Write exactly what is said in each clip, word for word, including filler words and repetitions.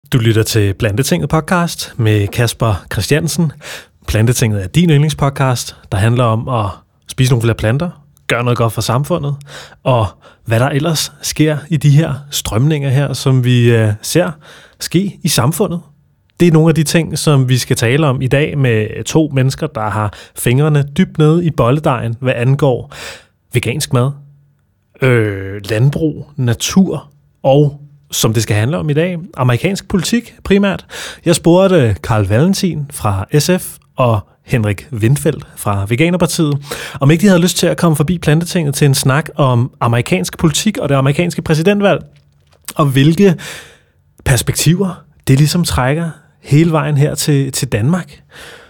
Du lytter til Plantetinget podcast med Kasper Christiansen. Plantetinget er din yndlingspodcast, der handler om at spise nogle flere planter, gøre noget godt for samfundet, og hvad der ellers sker i de her strømninger her, som vi øh, ser ske i samfundet. Det er nogle af de ting, som vi skal tale om i dag med to mennesker, der har fingrene dybt nede i bolledejen, hvad angår vegansk mad, øh, landbrug, natur og, som det skal handle om i dag, amerikansk politik primært. Jeg spurgte Carl Valentin fra S F og Henrik Windfeldt fra Veganerpartiet, om ikke de havde lyst til at komme forbi Plantetinget til en snak om amerikansk politik og det amerikanske præsidentvalg, og hvilke perspektiver det ligesom trækker hele vejen her til, til Danmark.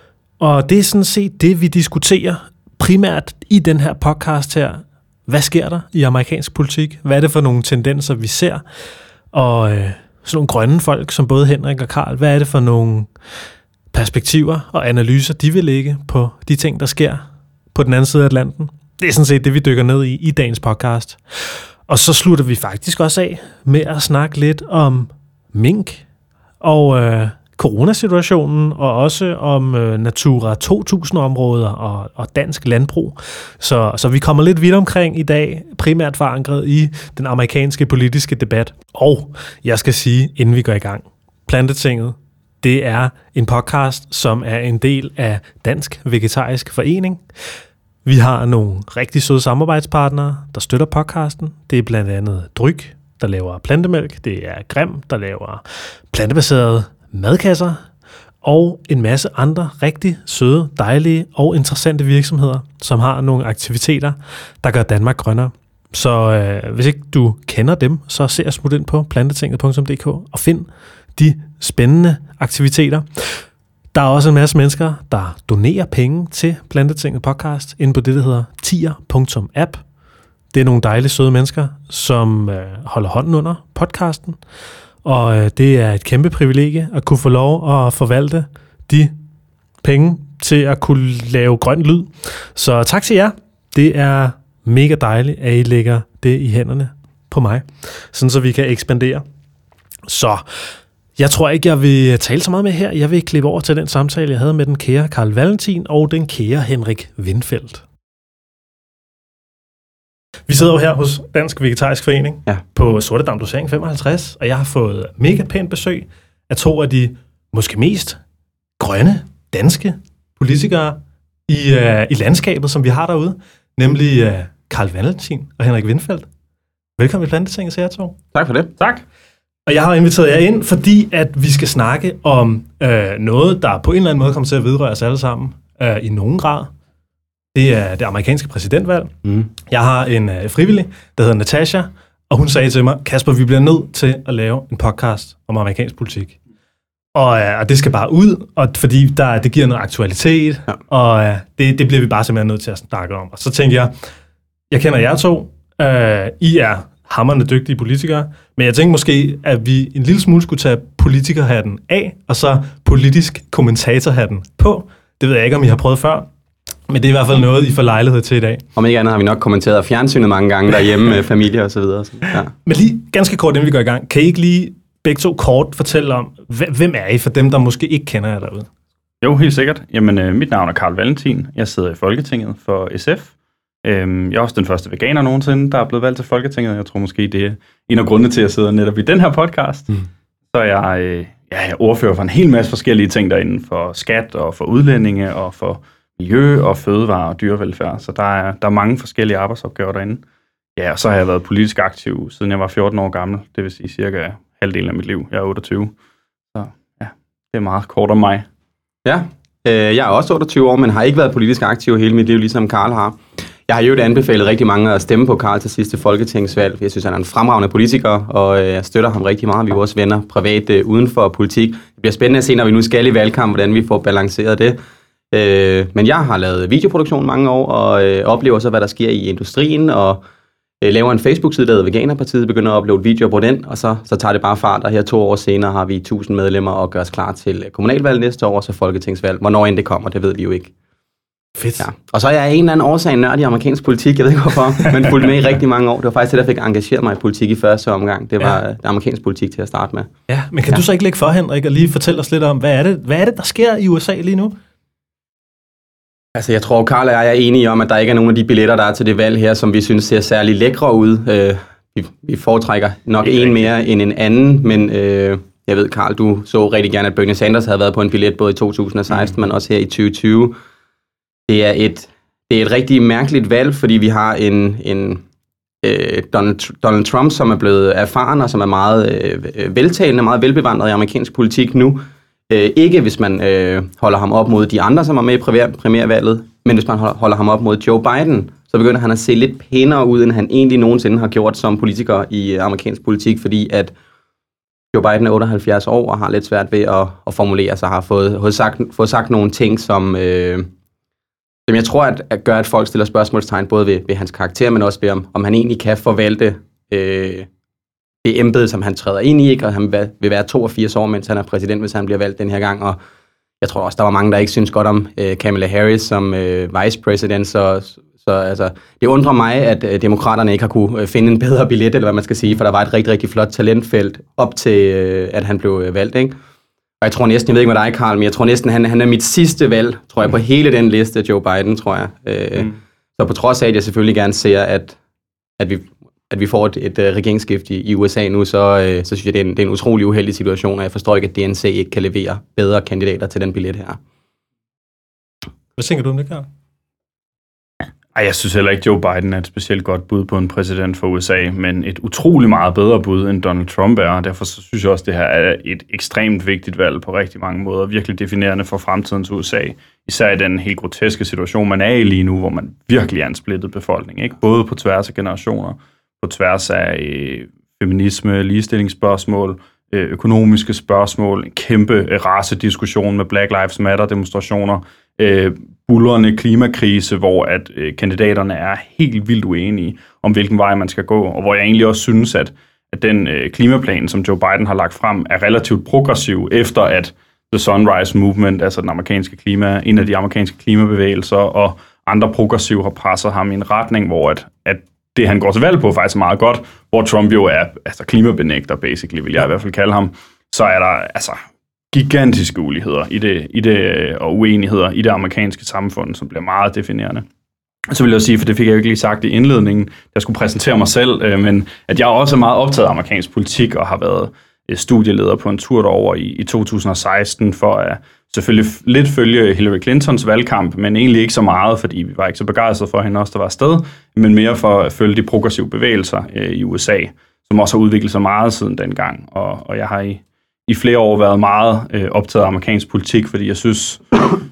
Og det er sådan set det, vi diskuterer primært i den her podcast her. Hvad sker der i amerikansk politik? Hvad er det for nogle tendenser, vi ser? Og øh, sådan nogle grønne folk, som både Henrik og Carl, hvad er det for nogle perspektiver og analyser, de vil lægge på de ting, der sker på den anden side af Atlanten? Det er sådan set det, vi dykker ned i i dagens podcast. Og så slutter vi faktisk også af med at snakke lidt om mink og øh, coronasituationen, og også om øh, Natura to tusind-områder og, og dansk landbrug. Så, så vi kommer lidt vidt omkring i dag, primært forankret i den amerikanske politiske debat. Og jeg skal sige, inden vi går i gang, Plantetinget, det er en podcast, som er en del af Dansk Vegetarisk Forening. Vi har nogle rigtig søde samarbejdspartnere, der støtter podcasten. Det er blandt andet Dryg, der laver plantemælk. Det er Grim, der laver plantebaserede madkasser. Og en masse andre rigtig søde, dejlige og interessante virksomheder, som har nogle aktiviteter, der gør Danmark grønnere. Så øh, hvis ikke du kender dem, så se og smut ind på plantetinget punktum d k og find de spændende aktiviteter. Der er også en masse mennesker, der donerer penge til Plantetinget podcast inde på det, der hedder tier punktum app. Det er nogle dejlige, søde mennesker, som øh, holder hånden under podcasten, og øh, det er et kæmpe privilegie at kunne få lov at forvalte de penge til at kunne lave grøn lyd. Så tak til jer. Det er mega dejligt, at I lægger det i hænderne på mig, sådan så vi kan ekspandere. Så jeg tror ikke, jeg vil tale så meget med her. Jeg vil klippe over til den samtale, jeg havde med den kære Carl Valentin og den kære Henrik Windfeldt. Vi sidder jo her hos Dansk Vegetarisk Forening ja. på Sortedam Dosering femoghalvtreds, og jeg har fået mega pænt besøg af to af de måske mest grønne danske politikere i, uh, i landskabet, som vi har derude, nemlig uh, Carl Valentin og Henrik Windfeldt. Velkommen i Plantetinget til jer to. Tak for det. Tak. Og jeg har inviteret jer ind, fordi at vi skal snakke om øh, noget, der på en eller anden måde kommer til at vedrøre os alle sammen øh, i nogen grad. Det er det amerikanske præsidentvalg. Mm. Jeg har en øh, frivillig, der hedder Natasha, og hun sagde til mig, Kasper, vi bliver nødt til at lave en podcast om amerikansk politik. Og, øh, og det skal bare ud, og fordi der, det giver noget aktualitet, ja. og øh, det, det bliver vi bare simpelthen nødt til at snakke om. Og så tænkte jeg, jeg kender jer to, øh, I er hamrende dygtige politikere, men jeg tænkte måske, at vi en lille smule skulle tage politikerhatten af, og så politisk kommentatorhatten på. Det ved jeg ikke, om I har prøvet før, men det er i hvert fald noget, I får lejlighed til i dag. Om ikke andet har vi nok kommenteret fjernsynet mange gange derhjemme med familie og så videre. Så, ja. Men lige ganske kort, inden vi går i gang, kan I ikke lige begge to kort fortælle om, hvem er I for dem, der måske ikke kender jer derude? Jo, helt sikkert. Jamen, øh, mit navn er Carl Valentin. Jeg sidder i Folketinget for S F. Jeg er også den første veganer nogensinde, der er blevet valgt til Folketinget. Jeg tror måske, det er en af grundene til, at jeg sidder netop i den her podcast. Mm. Så er jeg, øh, ja, jeg ordfører for en hel masse forskellige ting derinde, for skat og for udlændinge og for miljø og fødevare og dyrevelfærd. Så der er, der er mange forskellige arbejdsopgaver derinde. Ja, og så har jeg været politisk aktiv, siden jeg var fjorten år gammel. Det vil sige cirka halvdelen af mit liv. Jeg er otteogtyve. Så ja, det er meget kort om mig. Ja, øh, jeg er også otteogtyve år, men har ikke været politisk aktiv hele mit liv, ligesom Carl har. Jeg har jo anbefalet rigtig mange at stemme på Carl til sidste folketingsvalg. Jeg synes, han er en fremragende politiker, og jeg støtter ham rigtig meget. Vi er også venner privat øh, uden for politik. Det bliver spændende at se, når vi nu skal i valgkamp, hvordan vi får balanceret det. Øh, men jeg har lavet videoproduktion mange år, og øh, oplever så, hvad der sker i industrien, og øh, laver en Facebook-side, der hedder Veganerpartiet, begynder at uploade videoer på den, og så, så tager det bare fart, og her to år senere har vi tusind medlemmer og gør os klar til kommunalvalg næste år, og så folketingsvalg. Hvornår end det kommer, det ved vi jo ikke. Fedt. Ja. Og så er jeg en eller anden årsag nørd i amerikansk politik, jeg ved ikke hvorfor, men fulgte med i rigtig mange år. Det var faktisk det, der fik engageret mig i politik i første omgang. Det var ja. det amerikansk politik til at starte med. Ja, men kan ja. du så ikke lægge for, Henrik, og lige fortælle os lidt om, hvad er det, hvad er det der sker i U S A lige nu? Altså, jeg tror, Karl og jeg er enige om, at der ikke er nogen af de billetter, der er til det valg her, som vi synes ser særlig lækre ud. Øh, vi, vi foretrækker nok en mere end en anden, men øh, jeg ved, Karl, du så rigtig gerne, at Bernie Sanders havde været på en billet både i to tusind og seksten, mm. men også her i tyve tyve. Det er et, det er et rigtig mærkeligt valg, fordi vi har en, en øh, Donald, Donald Trump, som er blevet erfaren og som er meget øh, veltalende, meget velbevandret i amerikansk politik nu. Øh, ikke hvis man øh, holder ham op mod de andre, som er med i primær, primærvalget, men hvis man holder ham op mod Joe Biden, så begynder han at se lidt pænere ud, end han egentlig nogensinde har gjort som politiker i amerikansk politik, fordi at Joe Biden er otteoghalvfjerds år og har lidt svært ved at, at formulere sig, har fået, fået, sagt, fået sagt nogle ting, som, øh, som jeg tror, at, at gør, at folk stiller spørgsmålstegn både ved, ved hans karakter, men også ved, om, om han egentlig kan forvalte øh, det embede, som han træder ind i, ikke? Og han vil være toogfirs år, mens han er præsident, hvis han bliver valgt den her gang. Og jeg tror også, der var mange, der ikke synes godt om øh, Kamala Harris som øh, vicepræsident, så, så altså, det undrer mig, at øh, demokraterne ikke har kunne finde en bedre billet, eller hvad man skal sige, for der var et rigtig, rigtig flot talentfelt op til, øh, at han blev øh, valgt, ikke? Og jeg tror næsten, jeg ved ikke med dig, Karl, men jeg tror næsten, han, han er mit sidste valg, tror jeg, på hele den liste, Joe Biden, tror jeg. Øh, mm. Så på trods af, at jeg selvfølgelig gerne ser, at, at vi at vi får et, et, et regeringsskift i, i U S A nu, så, øh, så synes jeg, det er, en, det er en utrolig uheldig situation, og jeg forstår ikke, at D N C ikke kan levere bedre kandidater til den billet her. Hvad tænker du om det, Karl? Ej, jeg synes heller ikke, Joe Biden er et specielt godt bud på en præsident for U S A, men et utrolig meget bedre bud, end Donald Trump er, og derfor så synes jeg også, at det her er et ekstremt vigtigt valg på rigtig mange måder, virkelig definerende for fremtidens U S A, især i den helt groteske situation, man er i lige nu, hvor man virkelig er en splittet befolkning, ikke? Både på tværs af generationer, på tværs af øh, feminisme, ligestillingsspørgsmål, øh, økonomiske spørgsmål, en kæmpe øh, racediskussion med Black Lives Matter-demonstrationer, øh, buldrende klimakrise, hvor at øh, kandidaterne er helt vildt uenige om, hvilken vej man skal gå, og hvor jeg egentlig også synes, at, at den øh, klimaplan, som Joe Biden har lagt frem, er relativt progressiv, efter at The Sunrise Movement, altså den amerikanske klima, en af de amerikanske klimabevægelser, og andre progressive har presset ham i en retning, hvor at, at det, han går til valg på, faktisk er meget godt, hvor Trump jo er altså klimabenægter, basically, vil jeg i hvert fald kalde ham, så er der altså gigantiske uligheder i det, i det, og uenigheder i det amerikanske samfund, som bliver meget definerende. Så vil jeg sige, for det fik jeg jo ikke lige sagt i indledningen, jeg skulle præsentere mig selv, men at jeg også er meget optaget af amerikansk politik, og har været studieleder på en tur derover i, i to tusind og seksten, for at selvfølgelig lidt følge Hillary Clintons valgkamp, men egentlig ikke så meget, fordi vi var ikke så begejstrede for hende også, der var afsted, men mere for at følge de progressive bevægelser øh, i U S A, som også har udviklet sig meget siden dengang. Og, og jeg har i, i flere år været meget øh, optaget af amerikansk politik, fordi jeg synes,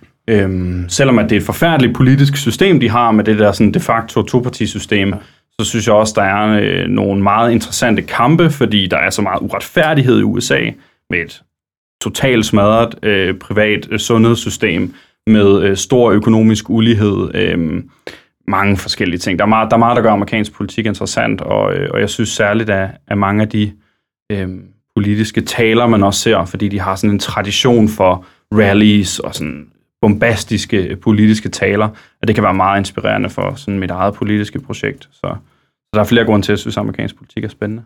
øh, selvom at det er et forfærdeligt politisk system, de har med det der sådan de facto topartisystem, så synes jeg også, der er øh, nogle meget interessante kampe, fordi der er så meget uretfærdighed i U S A med et totalt smadret øh, privat øh, sundhedssystem med øh, stor økonomisk ulighed, øh, mange forskellige ting. Der er meget, der er meget, der gør amerikansk politik interessant, og, øh, og jeg synes særligt, at, at mange af de øh, politiske taler, man også ser, fordi de har sådan en tradition for rallies og sådan bombastiske politiske taler, at det kan være meget inspirerende for sådan mit eget politiske projekt. Så, så der er flere grunde til, at jeg synes, at amerikansk politik er spændende.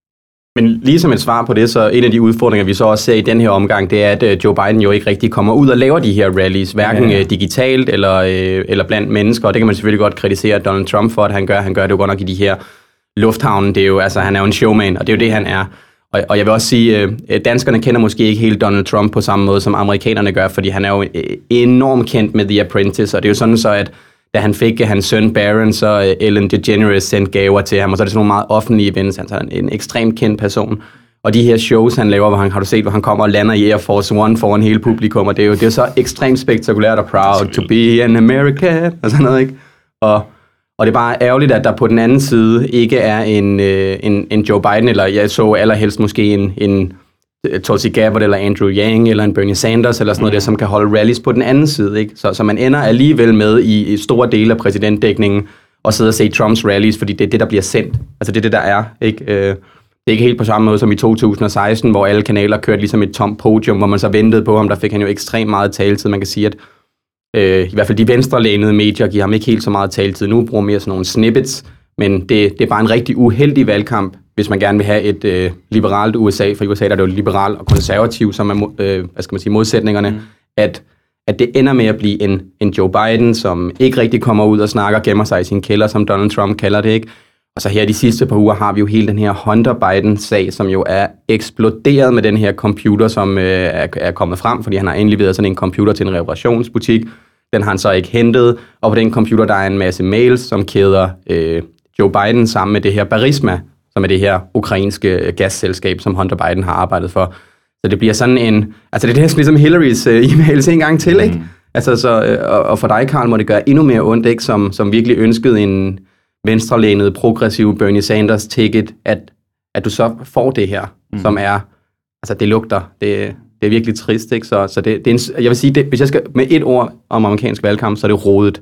Men lige som et svar på det, så en af de udfordringer, vi så også ser i den her omgang, det er, at Joe Biden jo ikke rigtig kommer ud og laver de her rallies, hverken ja. digitalt eller, eller blandt mennesker, og det kan man selvfølgelig godt kritisere Donald Trump for, at han gør. Han gør det jo godt nok i de her lufthavnen. Det er jo, altså, han er jo en showman, og det er jo det, han er. Og, og jeg vil også sige, at danskerne kender måske ikke helt Donald Trump på samme måde, som amerikanerne gør, fordi han er jo enormt kendt med The Apprentice, og det er jo sådan så, at da han fik hans søn Barron, så Ellen DeGeneres sendte gaver til ham, og så er det sådan nogle meget offentlige events. Han er en, en ekstremt kendt person. Og de her shows, han laver, hvor han, har du set, hvor han kommer og lander i Air Force One foran hele publikum, og det er jo det er så ekstremt spektakulært og proud to be an American, og sådan noget, ikke? Og, og det er bare ærgerligt, at der på den anden side ikke er en, en, en Joe Biden, eller jeg så allerhelst måske en, en Tulsi Gabbard, eller Andrew Yang, eller en Bernie Sanders, eller sådan noget mm. der, som kan holde rallies på den anden side, ikke? Så, så man ender alligevel med i, i store dele af præsidentdækningen og sidde og se Trumps rallies, fordi det er det, der bliver sendt. Altså det er det, der er, ikke? Øh, det er ikke helt på samme måde som i to tusind og seksten, hvor alle kanaler kørte ligesom et tomt podium, hvor man så ventede på ham. Der fik han jo ekstremt meget taletid. Man kan sige, at Øh, I hvert fald de venstrelænede medier giver ham ikke helt så meget taletid nu, bruger mere sådan nogle snippets, men det, det er bare en rigtig uheldig valgkamp, hvis man gerne vil have et øh, liberalt U S A, for i U S A der er det jo liberal og konservativ, som er øh, hvad skal man sige, modsætningerne, mm. at, at det ender med at blive en, en Joe Biden, som ikke rigtig kommer ud og snakker, gemmer sig i sin kælder, som Donald Trump kalder det, ikke? Og så her de sidste par uger har vi jo hele den her Hunter Biden-sag, som jo er eksploderet med den her computer, som øh, er, er kommet frem, fordi han har indleveret sådan en computer til en reparationsbutik. Den har han så ikke hentet, og på den computer der er en masse mails, som kæder øh, Joe Biden sammen med det her Burisma, som er det her ukrainske gasselskab, som Hunter Biden har arbejdet for. Så det bliver sådan en... Altså det er næsten ligesom Hillarys øh, e-mails en gang til, ikke? Mm. Altså så, øh, og, og for dig, Carl, må det gøre endnu mere ondt, ikke? Som, som virkelig ønskede en venstrelænet, progressiv Bernie Sanders ticket, at, at du så får det her, mm. som er... Altså det lugter. Det, det er virkelig trist, ikke? Så, så det, det er en, jeg vil sige, det, hvis jeg skal med et ord om amerikansk valgkamp, så er det rodet.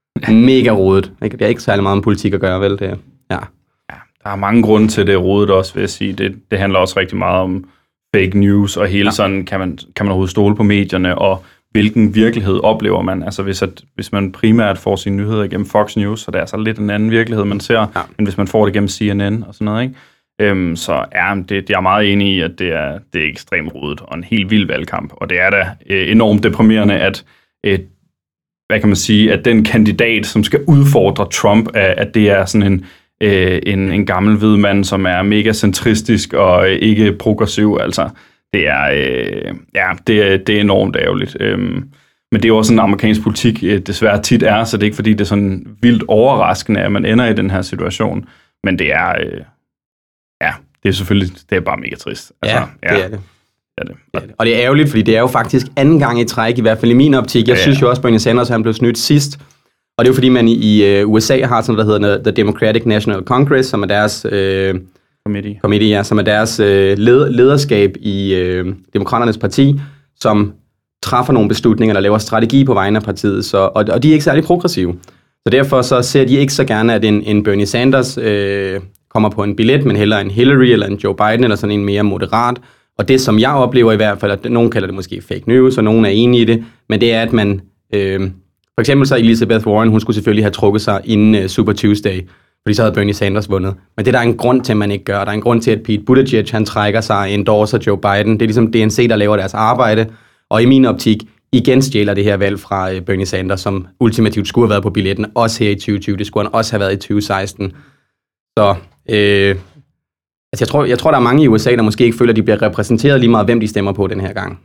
Mega rodet. Ikke? Det er ikke særlig meget om politik at gøre, vel? Det, ja. Ja, der er mange grunde til det rodet også, vil jeg sige. Det, det handler også rigtig meget om fake news, og hele ja. sådan, kan man, kan man overhovedet stole på medierne, og hvilken virkelighed oplever man. Altså hvis, at, hvis man primært får sine nyheder igennem Fox News, så det er altså lidt en anden virkelighed, man ser, ja. end hvis man får det igennem C N N og sådan noget, ikke? Øhm, så ja, det, jeg er meget enig i, at det er, det er ekstremt rodet og en helt vild valgkamp, og det er da øh, enormt deprimerende, at øh, hvad kan man sige, at den kandidat, som skal udfordre Trump, at det er sådan en, øh, en, en gammel hvid mand, som er mega centristisk og øh, ikke progressiv. Altså, det er, øh, ja, det, det er enormt ærgerligt. Øhm, men det er jo også en amerikansk politik, øh, desværre tit er, så det er ikke fordi, det er sådan vildt overraskende, at man ender i den her situation. Men det er, øh, ja, det er selvfølgelig, det er bare mega trist. Altså, ja, det er det. Ja, det. Ja, og det er ærgerligt, fordi det er jo faktisk anden gang i træk, i hvert fald i min optik. Jeg ja, ja. synes jo også, at Bernie Sanders han blev snydt sidst. Og det er jo fordi, man i, i uh, U S A har sådan noget, der hedder The Democratic National Congress, som er deres, øh, committee. committee, ja, som er deres øh, led, lederskab i øh, Demokraternes parti, som træffer nogle beslutninger, der laver strategi på vegne af partiet, så, og, og de er ikke særlig progressive. Så derfor så ser de ikke så gerne, at en, en Bernie Sanders øh, kommer på en billet, men hellere en Hillary eller en Joe Biden, eller sådan en mere moderat. Og det, som jeg oplever i hvert fald, at nogen kalder det måske fake news, og nogen er enige i det, men det er, at man... Øh, for eksempel så Elizabeth Warren, hun skulle selvfølgelig have trukket sig inden uh, Super Tuesday, fordi så havde Bernie Sanders vundet. Men det der er en grund til, at man ikke gør. Der er en grund til, at Pete Buttigieg, han trækker sig, endorser Joe Biden. Det er ligesom D N C, der laver deres arbejde. Og i min optik, igen stjæler det her valg fra uh, Bernie Sanders, som ultimativt skulle have været på billetten, også her i tyve tyve. Det skulle han også have været i tyve seksten. Så... Øh, Altså jeg tror, jeg tror, der er mange i U S A, der måske ikke føler, at de bliver repræsenteret lige meget, hvem de stemmer på den her gang.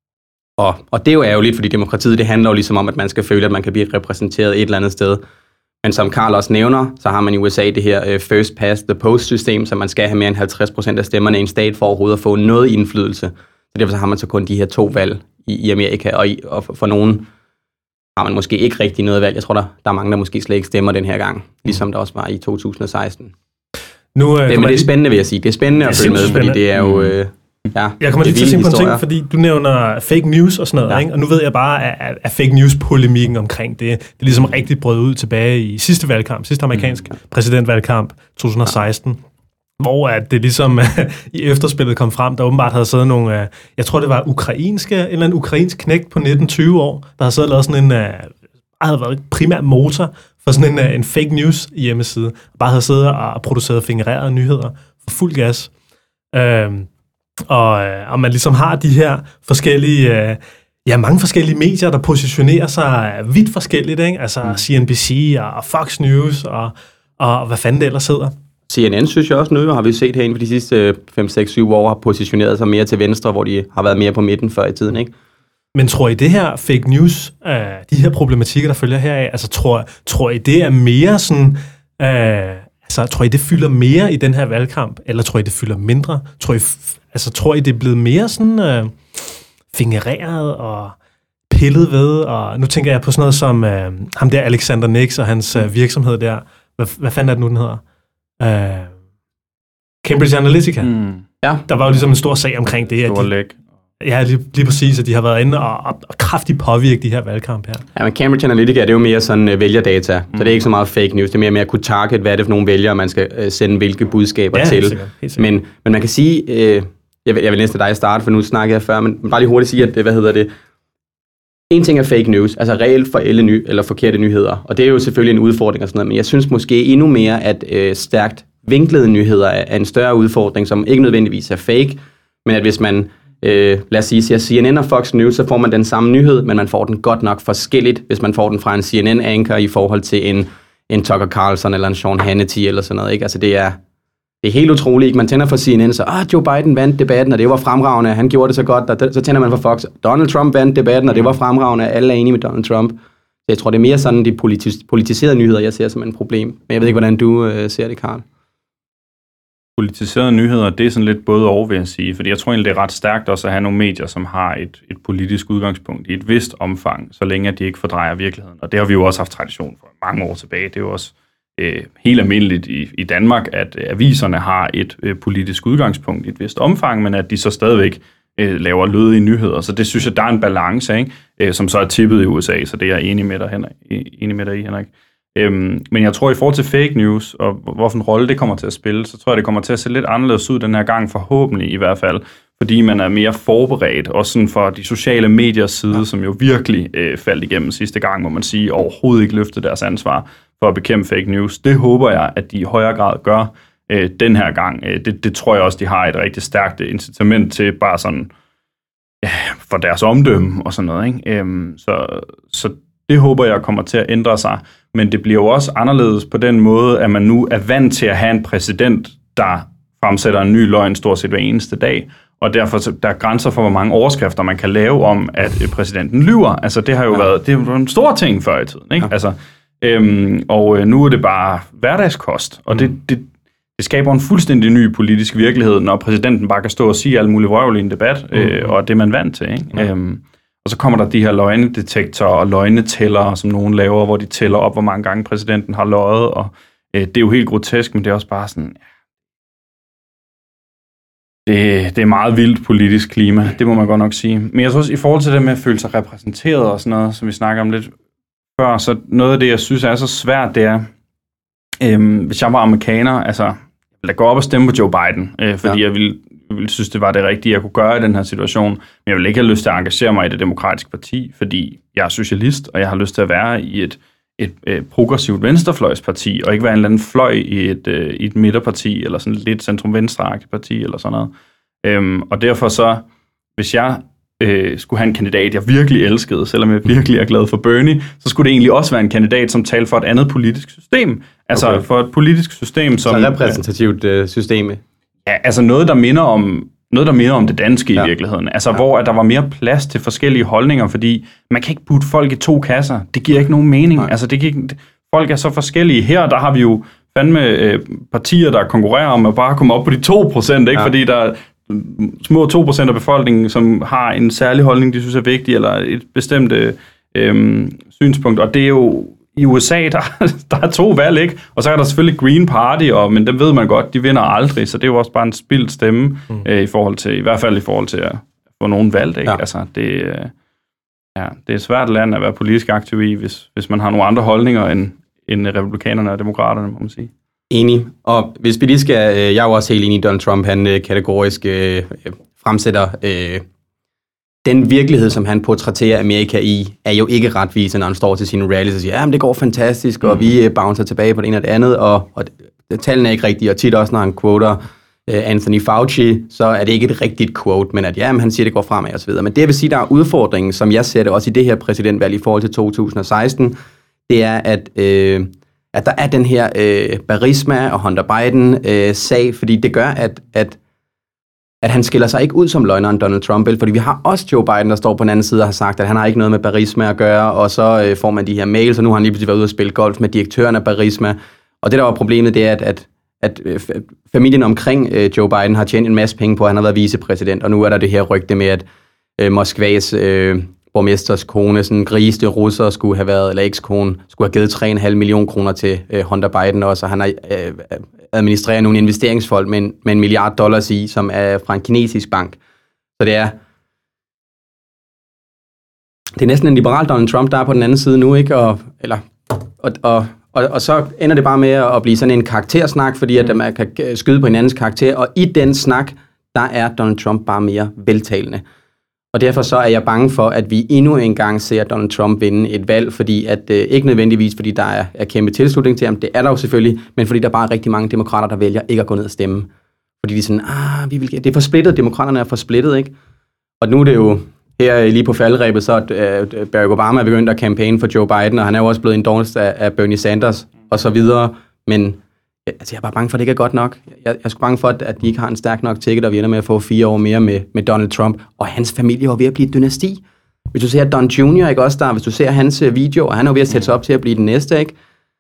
Og, og det er jo ærgerligt, fordi demokratiet, det handler jo ligesom om, at man skal føle, at man kan blive repræsenteret et eller andet sted. Men som Carl også nævner, så har man i U S A det her uh, first past the post system, så man skal have mere end halvtreds procent af stemmerne i en stat for overhovedet at få noget indflydelse. Så derfor så har man så kun de her to valg i, i Amerika, og, i, og for, for nogen har man måske ikke rigtig noget valg. Jeg tror, der, der er mange, der måske slet ikke stemmer den her gang, ligesom der også var i to tusind og seksten. Nu, øh, det, men det er spændende, vil jeg sige. Det er spændende at følge med, fordi det er jo... Øh, ja, jeg kommer lige til at tænke på en ting, fordi du nævner fake news og sådan noget, ja. Ikke? Og nu ved jeg bare, at, at fake news-polemikken omkring det, det er ligesom rigtig brød ud tilbage i sidste valgkamp, sidste amerikansk mm. præsidentvalgkamp, to tusind og seksten, ja. Hvor at det ligesom i efterspillet kom frem, der åbenbart havde siddet nogle, jeg tror det var ukrainske, en eller anden ukrainsk knægt på nitten tyve år, der havde siddet og lavet sådan en, havde været primært motor for sådan en, en fake news hjemmeside, bare havde siddet og produceret fingererede nyheder for fuld gas. Øhm, og, og man ligesom har de her forskellige, øh, ja, mange forskellige medier, der positionerer sig vidt forskelligt, ikke? Altså mm. C N B C og Fox News og, og hvad fanden det ellers hedder. C N N synes jeg også nu, har vi set herinde for de sidste fem, seks, syv år, har positioneret sig mere til venstre, hvor de har været mere på midten før i tiden, ikke? Men tror I det her fake news, øh, de her problematikker, der følger heraf, altså tror, tror I det er mere sådan, øh, altså tror I det fylder mere i den her valgkamp, eller tror I det fylder mindre? Tror I, altså tror I det er blevet mere sådan øh, fingereret og pillet ved, og nu tænker jeg på sådan noget som øh, ham der Alexander Nix og hans øh, virksomhed der, hvad, hvad fanden er det nu, den hedder? Øh, Cambridge Analytica. Mm. Ja. Der var jo ligesom en stor sag omkring det. Stor læk. Ja, lige, lige præcis, at de har været inde og, og, og kraftigt påvirke de her valgkamp her. Ja, men Cambridge Analytica, det er jo mere sådan uh, vælgerdata, mm. så det er ikke så meget fake news, det er mere med at kunne target, hvad er det for nogle vælgere, man skal uh, sende hvilke budskaber ja, til. Helt sikkert, helt sikkert. Men, men man kan sige, uh, jeg, vil, jeg vil næsten dig starte, for nu snakker jeg før, men bare lige hurtigt sige, at hvad hedder det, en ting er fake news, altså reelt forældre ny, eller forkerte nyheder, og det er jo selvfølgelig en udfordring og sådan noget, men jeg synes måske endnu mere, at øh, stærkt vinklede nyheder er en større udfordring, som ikke nødvendigvis er fake, men at hvis man, øh, lad os sige, siger C N N og Fox News, så får man den samme nyhed, men man får den godt nok forskelligt, hvis man får den fra en C N N-anchor i forhold til en, en Tucker Carlson eller en Sean Hannity eller sådan noget, ikke? Altså det er, det er helt utroligt, ikke? Man tænder for C N N, så ah, Joe Biden vandt debatten, og det var fremragende, han gjorde det så godt, og så tænder man for Fox, Donald Trump vandt debatten, og det var fremragende, alle er enige med Donald Trump. Så jeg tror, det er mere sådan de politis- politiserede nyheder, jeg ser som en problem. Men jeg ved ikke, hvordan du øh, ser det, Karl. Politiserede nyheder, det er sådan lidt både over, vil jeg sige, fordi jeg tror egentlig, det er ret stærkt også at have nogle medier, som har et, et politisk udgangspunkt i et vist omfang, så længe at de ikke fordrejer virkeligheden. Og det har vi jo også haft tradition for mange år tilbage. Det er jo også øh, helt almindeligt i, i Danmark, at aviserne har et øh, politisk udgangspunkt i et vist omfang, men at de så stadigvæk øh, laver lødige nyheder. Så det synes jeg, der er en balance, ikke? Øh, som så er tippet i U S A, så det er jeg enig med dig, Henrik. enig med dig i, Henrik. Øhm, men jeg tror, i forhold til fake news, og hvorfor en rolle det kommer til at spille, så tror jeg, det kommer til at se lidt anderledes ud den her gang, forhåbentlig i hvert fald, fordi man er mere forberedt, også sådan for de sociale mediers side, ja. Som jo virkelig øh, faldt igennem sidste gang, må man sige, overhovedet ikke løfte deres ansvar for at bekæmpe fake news. Det håber jeg, at de i højere grad gør øh, den her gang. Øh, det, det tror jeg også, de har et rigtig stærkt incitament til, bare sådan ja, for deres omdømme og sådan noget, ikke? Øhm, så, så det håber jeg kommer til at ændre sig, men det bliver jo også anderledes på den måde, at man nu er vant til at have en præsident, der fremsætter en ny løgn stort set hver eneste dag, og derfor der er grænser for, hvor mange overskrifter man kan lave om, at præsidenten lyver. Altså det har jo ja. været, det er jo en stor ting før i tiden, ikke? Ja. Altså, øhm, og nu er det bare hverdagskost, og det, det, det skaber en fuldstændig ny politisk virkelighed, når præsidenten bare kan stå og sige alt muligt vrøvl i en debat, mm. øh, og det er man vant til, ikke? Ja. Øhm, Og så kommer der de her løgnedetektorer og løgnetællere, som nogen laver, hvor de tæller op, hvor mange gange præsidenten har løjet. Og øh, det er jo helt grotesk, men det er også bare sådan... Ja, det, det er meget vildt politisk klima, det må man godt nok sige. Men jeg tror også, i forhold til det med at føle sig repræsenteret og sådan noget, som vi snakker om lidt før, så noget af det, jeg synes er så svært, det er, øh, hvis jeg var amerikaner, altså, jeg ville gå op og stemme på Joe Biden, øh, fordi ja. jeg ville... Jeg ville synes, det var det rigtige, jeg kunne gøre i den her situation, men jeg vil ikke have lyst til at engagere mig i det demokratiske parti, fordi jeg er socialist, og jeg har lyst til at være i et, et, et progressivt venstrefløjsparti, og ikke være en eller anden fløj i et, i et midterparti, eller sådan lidt centrum-venstre-agtigt parti, eller sådan noget. Øhm, og derfor så, hvis jeg øh, skulle have en kandidat, jeg virkelig elskede, selvom jeg virkelig er glad for Bernie, så skulle det egentlig også være en kandidat, som talte for et andet politisk system. Altså okay. for et politisk system, som... Så repræsentativt øh, system. Ja, altså noget, der minder om, noget, der minder om det danske ja. i virkeligheden. Altså, ja. hvor at der var mere plads til forskellige holdninger, fordi man kan ikke putte folk i to kasser. Det giver ikke nogen mening. Nej. Altså, det giver, folk er så forskellige. Her, der har vi jo fandme øh, partier, der konkurrerer om at bare komme op på de to procent, ikke? Ja. Fordi der er små to procent af befolkningen, som har en særlig holdning, de synes er vigtig, eller et bestemt øh, synspunkt. Og det er jo... I U S A, der, der er to valg, ikke? Og så er der selvfølgelig Green Party, og, men dem ved man godt, de vinder aldrig, så det er jo også bare en spildt stemme, mm. øh, i forhold til, i hvert fald i forhold til at få nogen valgt, ikke? Ja. Altså, det, øh, ja, det er et svært land at være politisk aktiv i, hvis, hvis man har nogle andre holdninger end, end republikanerne og demokraterne, må man sige. Enig, og hvis vi lige skal, øh, jeg er jo også helt enig i Donald Trump, han øh, kategorisk øh, fremsætter... Øh, Den virkelighed, som han portrætterer Amerika i, er jo ikke retvisende, når han står til sine rallies og siger, ja, men det går fantastisk, og mm. vi bouncer tilbage på det ene og det andet, og, og tallene er ikke rigtige, og tit også, når han quoter uh, Anthony Fauci, så er det ikke et rigtigt quote, men at ja, men han siger, det går fremad og så videre. Men det vil sige, der er udfordringen, som jeg ser det også i det her præsidentvalg i forhold til to tusind og seksten, det er, at, øh, at der er den her øh, Burisma og Hunter Biden-sag, øh, fordi det gør, at, at at han skiller sig ikke ud som løgneren Donald Trump, fordi vi har også Joe Biden, der står på den anden side og har sagt, at han har ikke noget med Burisma at gøre, og så øh, får man de her mails, og nu har han lige pludselig været ude og spille golf med direktøren af Burisma. Og det, der var problemet, det er, at, at, at øh, familien omkring øh, Joe Biden har tjent en masse penge på, at han har været vicepræsident, og nu er der det her rygte med, at øh, Moskvas øh, borgmesters kone, sådan en rigeste russer, skulle have været, eller ekskone, skulle have givet tre komma fem millioner kroner til øh, Hunter Biden også, og han har øh, administrerer nogle investeringsfond med en, med en milliard dollars i, som er fra en kinesisk bank. Så det er det er næsten en liberal Donald Trump, der er på den anden side nu, ikke? Og, eller, og, og, og, og så ender det bare med at blive sådan en karaktersnak, fordi at man kan skyde på hinandens karakter, og i den snak, der er Donald Trump bare mere veltalende. Og derfor så er jeg bange for, at vi endnu en gang ser Donald Trump vinde et valg, fordi at, øh, ikke nødvendigvis, fordi der er, er kæmpe tilslutning til ham, det er der jo selvfølgelig, men fordi der bare er rigtig mange demokrater, der vælger ikke at gå ned og stemme. Fordi de er sådan, ah, vi vil, det er for splittet, demokraterne er for splittet, ikke? Og nu er det jo her lige på faldrebet, så at øh, Barack Obama er begyndt at campaign for Joe Biden, og han er jo også blevet endorsed af, af Bernie Sanders og så videre, men altså, jeg er bare bange for, at det ikke er godt nok. Jeg, jeg er sgu bange for, at, at de ikke har en stærk nok ticket, og vi ender med at få fire år mere med, med Donald Trump. Og hans familie var ved at blive et dynasti. Hvis du ser Don junior, ikke også der, hvis du ser hans videoer, han er jo ved at sætte sig op til at blive den næste, ikke?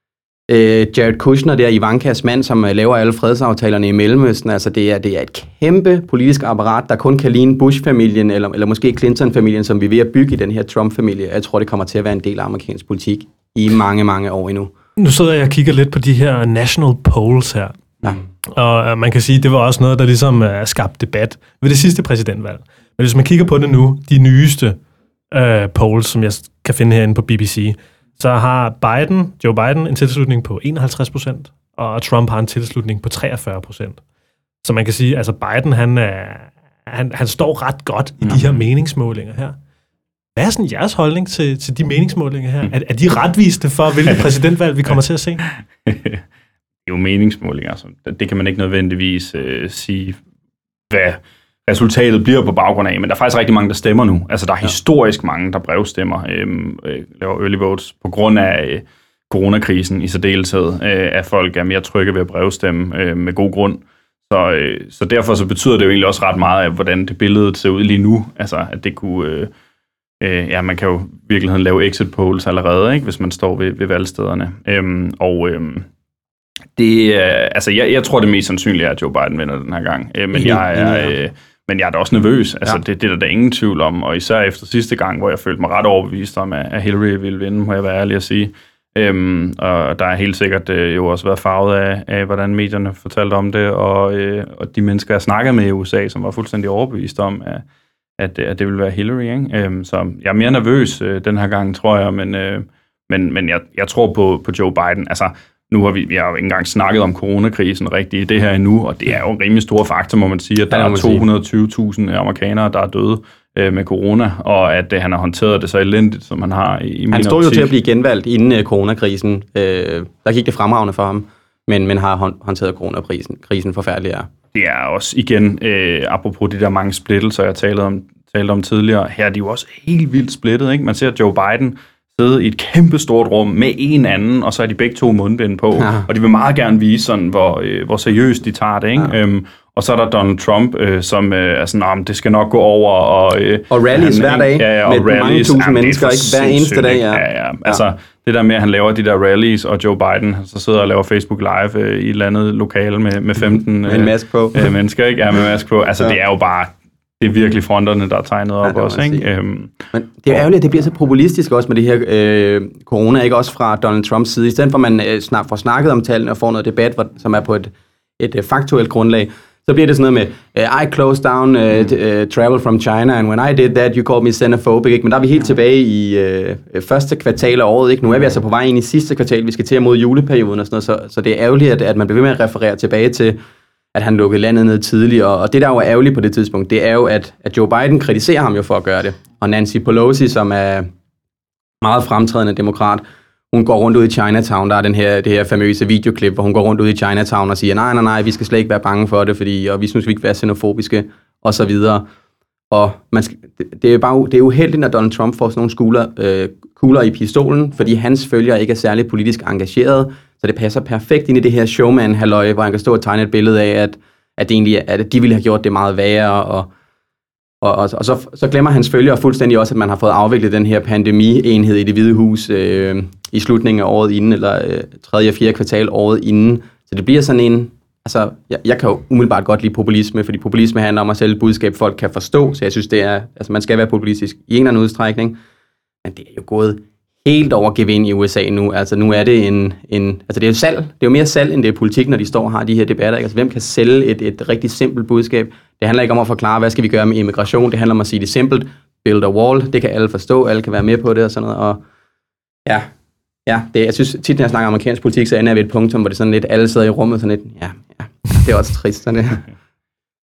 Øh, Jared Kushner, der Ivankas mand, som laver alle fredsaftalerne i Mellemøsten, altså det er, det er et kæmpe politisk apparat, der kun kan ligne Bush-familien, eller, eller måske Clinton-familien, som vi er ved at bygge i den her Trump-familie. Jeg tror, det kommer til at være en del af amerikansk politik i mange, mange år endnu. Nu sidder jeg og kigger lidt på de her national polls her. Ja. Og man kan sige, at det var også noget, der ligesom er skabt debat ved det sidste præsidentvalg. Men hvis man kigger på det nu, de nyeste uh, polls, som jeg kan finde herinde på B B C, så har Biden, Joe Biden en tilslutning på enoghalvtreds procent, og Trump har en tilslutning på treogfyrre procent. Så man kan sige, at altså Biden, han, er, han, han står ret godt i de her meningsmålinger her. Hvad er sådan jeres holdning til, til de meningsmålinger her? Er, er de retvisende for, hvilket præsidentvalg vi kommer til at se? Det er jo meningsmålinger. Altså. Det kan man ikke nødvendigvis øh, sige, hvad resultatet bliver på baggrund af, men der er faktisk rigtig mange, der stemmer nu. Altså, der er historisk mange, der brevstemmer, øh, øh, laver early votes, på grund af øh, coronakrisen i særdeleshed, øh, at folk er mere trygge ved at brevstemme øh, med god grund. Så, øh, så derfor så betyder det jo egentlig også ret meget af, hvordan det billede ser ud lige nu. Altså, at det kunne... Øh, øh, ja, man kan jo i virkeligheden lave exit polls allerede, ikke, hvis man står ved, ved valgstederne. Øhm, og øhm, det øh, altså, jeg, jeg tror, det mest sandsynlige er, at Joe Biden vinder den her gang. Øh, men, jeg er, øh, men jeg er da også nervøs. Altså, ja. det, det er der da ingen tvivl om. Og især efter sidste gang, hvor jeg følte mig ret overbevist om, at Hillary ville vinde, må jeg være ærlig at sige. Øhm, og der er helt sikkert øh, jo også været farvet af, af, hvordan medierne fortalte om det, og, øh, og de mennesker, jeg snakkede med i U S A, som var fuldstændig overbevist om, at, at, at det ville være Hillary. Ikke? Øhm, så jeg er mere nervøs øh, den her gang, tror jeg, men, øh, men, men jeg, jeg tror på, på Joe Biden. Altså, nu har vi, vi har jo ikke engang snakket om coronakrisen rigtigt i det her endnu, og det er jo en rimelig stor faktor, må man sige, at der er to hundrede og tyve tusind amerikanere, der er døde øh, med corona, og at øh, han har håndteret det så elendigt, som han har i, i min Han stod optik. jo til at blive genvalgt inden øh, coronakrisen. Øh, der gik det fremragende for ham, men, men har håndteret coronakrisen krisen forfærdeligt er. Det er også igen, øh, apropos de der mange splittelser, jeg talte om, talte om tidligere, her er de jo også helt vildt splittet. Ikke? Man ser Joe Biden sidde i et kæmpe stort rum med en anden, og så er de begge to mundbind på, ja. Og de vil meget gerne vise, sådan, hvor, øh, hvor seriøst de tager det. Ikke? Ja. Øhm, og så er der Donald Trump, øh, som øh, er sådan, det skal nok gå over. Og, øh, og rallies han, hver dag, ja, ja, og med rallies, mange tusind jamen, mennesker, ikke? Hver eneste dag. Ja. Ja, ja. Altså, ja. Det der med, at han laver de der rallies, og Joe Biden så sidder og laver Facebook Live øh, i et eller andet lokale med, med femten med en maske på. Øh, mennesker, ikke? Ja, med maske på. Altså, ja. Det er jo bare... Det er virkelig fronterne, der er tegnet op ja, også, ikke? Øhm, Men det er ærgerligt, at det bliver så populistisk også med det her øh, corona, ikke også fra Donald Trumps side. I stedet for, at man øh, snak, får snakket om tallene og får noget debat, hvor, som er på et, et uh, faktuelt grundlag, så bliver det sådan noget med, uh, I closed down uh, uh, travel from China, and when I did that, you called me xenophobic. Ikke? Men der er vi helt tilbage i øh, første kvartal af året. Ikke? Nu er vi altså på vej ind i sidste kvartal, vi skal til mod juleperioden og sådan noget, så, så det er ærgerligt, at, at man bliver ved med at referere tilbage til, at han lukkede landet ned tidligere, og det der jo er ærgerligt på det tidspunkt, det er jo, at, at Joe Biden kritiserer ham jo for at gøre det. Og Nancy Pelosi, som er meget fremtrædende demokrat, hun går rundt ud i Chinatown, der er den her, det her famøse videoklip, hvor hun går rundt ud i Chinatown og siger, nej, nej, nej, vi skal slet ikke være bange for det, fordi, og vi synes, vi ikke være xenofobiske, og så videre. Og man skal, det, det er bare det er uheldigt, når Donald Trump får sådan nogle skuler, øh, kugler i pistolen, fordi hans følgere ikke er særlig politisk engageret, så det passer perfekt ind i det her showman-halløj, hvor han kan stå og tegne et billede af, at, at, det egentlig, at de ville have gjort det meget værre, og, og, og, og så, så glemmer hans følgere fuldstændig også, at man har fået afviklet den her pandemi-enhed i Det Hvide Hus øh, i slutningen af året inden, eller øh, tredje og fjerde kvartal året inden. Så det bliver sådan en... Altså, jeg, jeg kan jo umiddelbart godt lide populisme, fordi populisme handler om at sælge et budskab, folk kan forstå, så jeg synes, det er... Altså, man skal være populistisk i en eller anden udstrækning, men det er jo gået helt over gevind i U S A nu. Altså, nu er det en... en altså, det er jo salg. Det er jo mere salg, end det er politik, når de står og har de her debatter. Ikke? Altså, hvem kan sælge et, et rigtig simpelt budskab? Det handler ikke om at forklare, hvad skal vi gøre med immigration. Det handler om at sige det simpelt. Build a wall. Det kan alle forstå. Alle kan være med på det og sådan noget. Og ja... Ja, det, jeg synes tit, når jeg snakker amerikansk politik, så ender jeg ved et punktum, hvor det sådan lidt, alle sidder i rummet sådan lidt, ja, ja, det er også trist, sådan det.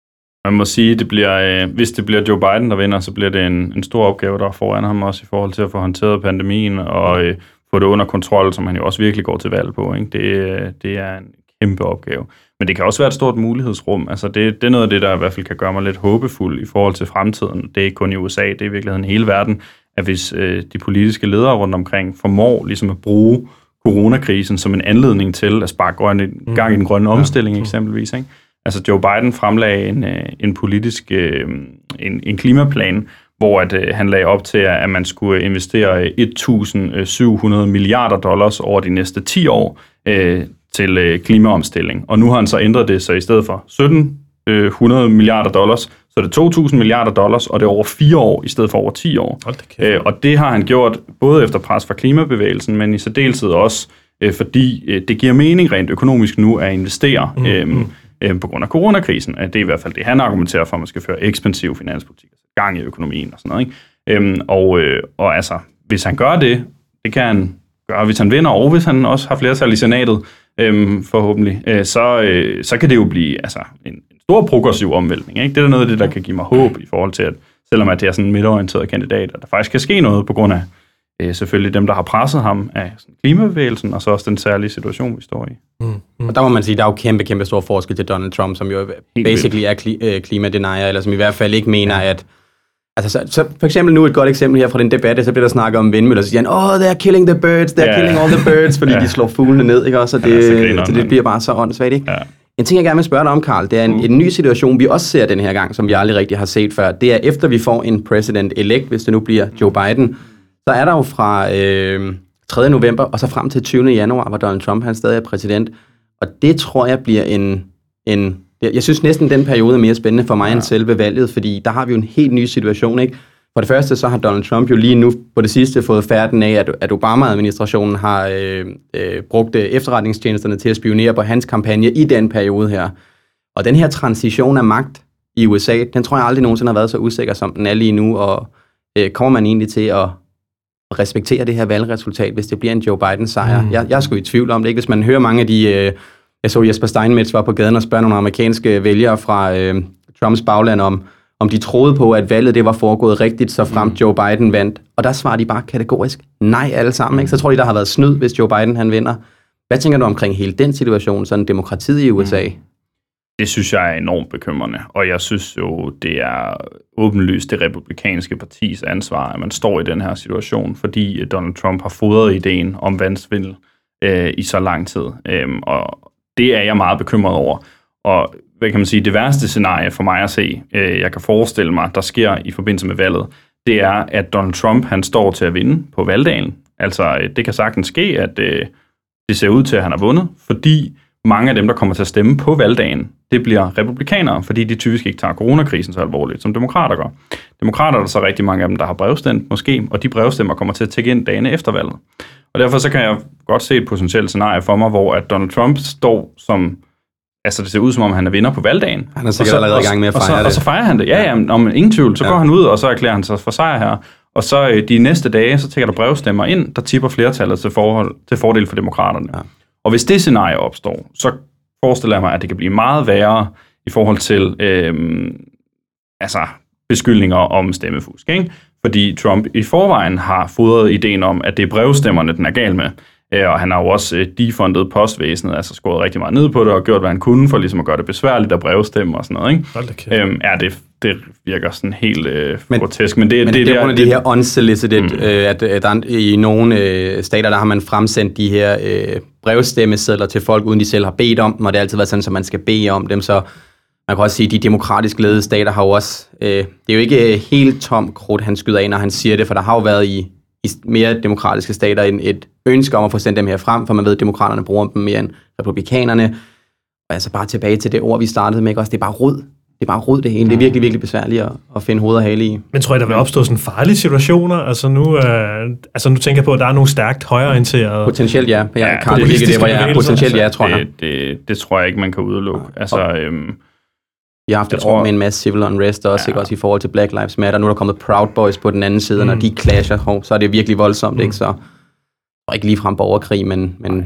Man må sige, det bliver, øh, hvis det bliver Joe Biden, der vinder, så bliver det en, en stor opgave, der er foran ham også i forhold til at få håndteret pandemien og øh, få det under kontrol, som han jo også virkelig går til valg på. Ikke? Det, det er en kæmpe opgave. Men det kan også være et stort mulighedsrum. Altså det, det er noget af det, der i hvert fald kan gøre mig lidt håbefuld i forhold til fremtiden. Det er ikke kun i U S A, det er i virkeligheden hele verden, at hvis øh, de politiske ledere rundt omkring formår ligesom at bruge coronakrisen som en anledning til at sparke grønne, gang i den grønne omstilling eksempelvis. Ikke? Altså Joe Biden fremlagde en, en politisk øh, en, en klimaplan, hvor at, øh, han lagde op til, at man skulle investere et tusind syv hundrede milliarder dollars over de næste ti år øh, til øh, klimaomstilling. Og nu har han så ændret det, så i stedet for sytten hundrede milliarder dollars, så er det to tusind milliarder dollars, og det er over fire år, i stedet for over ti år. Øh, og det har han gjort både efter pres fra klimabevægelsen, men i særdeleshed også, øh, fordi øh, det giver mening rent økonomisk nu at investere mm, øh, mm. Øh, på grund af coronakrisen. Det er i hvert fald det, han argumenterer for, at man skal føre ekspansiv finanspolitik, altså gang i økonomien og sådan noget. Ikke? Øh, og, øh, og altså, hvis han gør det, det kan han gøre, hvis han vinder, og hvis han også har flertal i senatet, øh, forhåbentlig, øh, så, øh, så kan det jo blive altså, en stor progressiv omvæltning. Ikke? Det er da noget af det, der kan give mig håb i forhold til, at selvom at det er sådan en midtorienteret kandidat, at der faktisk kan ske noget på grund af øh, selvfølgelig dem, der har presset ham af sådan, klimabevægelsen, og så også den særlige situation, vi står i. Mm. Mm. Og der må man sige, der er jo kæmpe, kæmpe stor forskel til Donald Trump, som jo Helt basically vildt. er kli- klimadenier, eller som i hvert fald ikke mener, at altså, så, så for eksempel nu et godt eksempel her fra den debat, så bliver der snakket om vindmøller, så siger han, oh, they're killing the birds, they're yeah. killing all the birds, fordi yeah. de slår fuglene ned, ikke også? Så det, ja, så det bliver bare så åndssvagt, ikke? Ja. En ting, jeg gerne vil spørge dig om, Carl, det er en, mm. en ny situation, vi også ser den her gang, som vi aldrig rigtig har set før. Det er efter vi får en president-elect, hvis det nu bliver Joe Biden, så er der jo fra øh, tredje november og så frem til tyvende januar, hvor Donald Trump han stadig er præsident. Og det tror jeg bliver en... en jeg synes næsten, den periode er mere spændende for mig ja. end selve valget, fordi der har vi jo en helt ny situation, ikke? For det første, så har Donald Trump jo lige nu på det sidste fået færden af, at, at Obama-administrationen har øh, øh, brugt efterretningstjenesterne til at spionere på hans kampagne i den periode her. Og den her transition af magt i U S A, den tror jeg aldrig nogensinde har været så usikker, som den er lige nu, og øh, kommer man egentlig til at respektere det her valgresultat, hvis det bliver en Joe Biden-sejr? Mm. Jeg, jeg er sgu i tvivl om det, ikke? Hvis man hører mange af de... Øh, jeg så Jesper Steinmetz var på gaden og spørger nogle amerikanske vælgere fra øh, Trumps bagland om, om de troede på, at valget det var foregået rigtigt, så frem mm. Joe Biden vandt. Og der svarer de bare kategorisk nej alle sammen. Ikke? Så tror de, der har været snyd, hvis Joe Biden han vinder. Hvad tænker du omkring hele den situation, sådan demokratiet i U S A? Mm. Det synes jeg er enormt bekymrende, og jeg synes jo, det er åbenlyst det republikanske partis ansvar, at man står i den her situation, fordi Donald Trump har fodret ideen om valgsvindel øh, i så lang tid. Øhm, og det er jeg meget bekymret over. Og hvad kan man sige, det værste scenarie for mig at se, øh, jeg kan forestille mig, der sker i forbindelse med valget, det er, at Donald Trump, han står til at vinde på valgdagen. Altså, det kan sagtens ske, at øh, det ser ud til, at han har vundet, fordi mange af dem, der kommer til at stemme på valgdagen, det bliver republikanere, fordi de typisk ikke tager coronakrisen så alvorligt, som demokrater gør. Demokrater er der så rigtig mange af dem, der har brevstemt måske, og de brevstemmer kommer til at tække ind dagene efter valget. Og derfor så kan jeg godt se et potentielt scenarie for mig, hvor at Donald Trump står som, altså det ser ud som om, han er vinder på valgdagen. Han er sikkert så, allerede i gang med at fejre og så, det. Og så fejrer han det. Ja, ja, om ingen tvivl. Så ja. går han ud, og så erklærer han sig for sejr her. Og så de næste dage, så tækker der brevstemmer ind, der tipper flertallet til, forhold, til fordel for demokraterne. Ja. Og hvis det scenarie opstår, så forestiller jeg mig, at det kan blive meget værre i forhold til øhm, altså beskyldninger om stemmefusk, ikke? Fordi Trump i forvejen har fodret ideen om, at det er brevstemmerne, den er gal med. Og han har jo også defundet postvæsenet, altså skåret rigtig meget ned på det, og gjort, hvad han kunne for ligesom at gøre det besværligt at brevstemme og sådan noget, ikke? Øhm, ja, det, det virker sådan helt øh, men, grotesk. Men det, men det, det er der, det, de her unsolicited, mm. øh, at, at der, i nogle øh, stater, der har man fremsendt de her øh, brevstemmesedler til folk, uden de selv har bedt om dem, og det har altid været sådan, at man skal bede om dem, så man kan også sige, at de demokratisk ledede stater har jo også, øh, det er jo ikke helt tom krudt, han skyder af, når han siger det, for der har jo været i, i mere demokratiske stater en, et ønske om at få sendt dem her frem, for man ved, at demokraterne bruger dem mere end republikanerne. Og altså bare tilbage til det ord, vi startede med, ikke også? Det er bare rod. Det er bare rod det hele. Det er virkelig, virkelig besværligt at, at finde hoved og hale i. Men tror I, der vil opstå sådan farlige situationer? Altså nu, øh, altså nu tænker jeg på, at der er nogle stærkt højreorienterede... Potentielt ja. Jeg kan ja, ikke det, hvor jeg er. Potentielt ja, tror jeg. Det, det, det tror jeg ikke, man kan udelukke. Altså... Øhm, Vi har haft et år med en masse civil unrest også, ja. ikke? Også i forhold til Black Lives Matter. Nu er der kommet Proud Boys på den anden side, mm. når de clasher, så er det virkelig voldsomt, mm. ikke? Så ikke ligefrem borgerkrig, men, men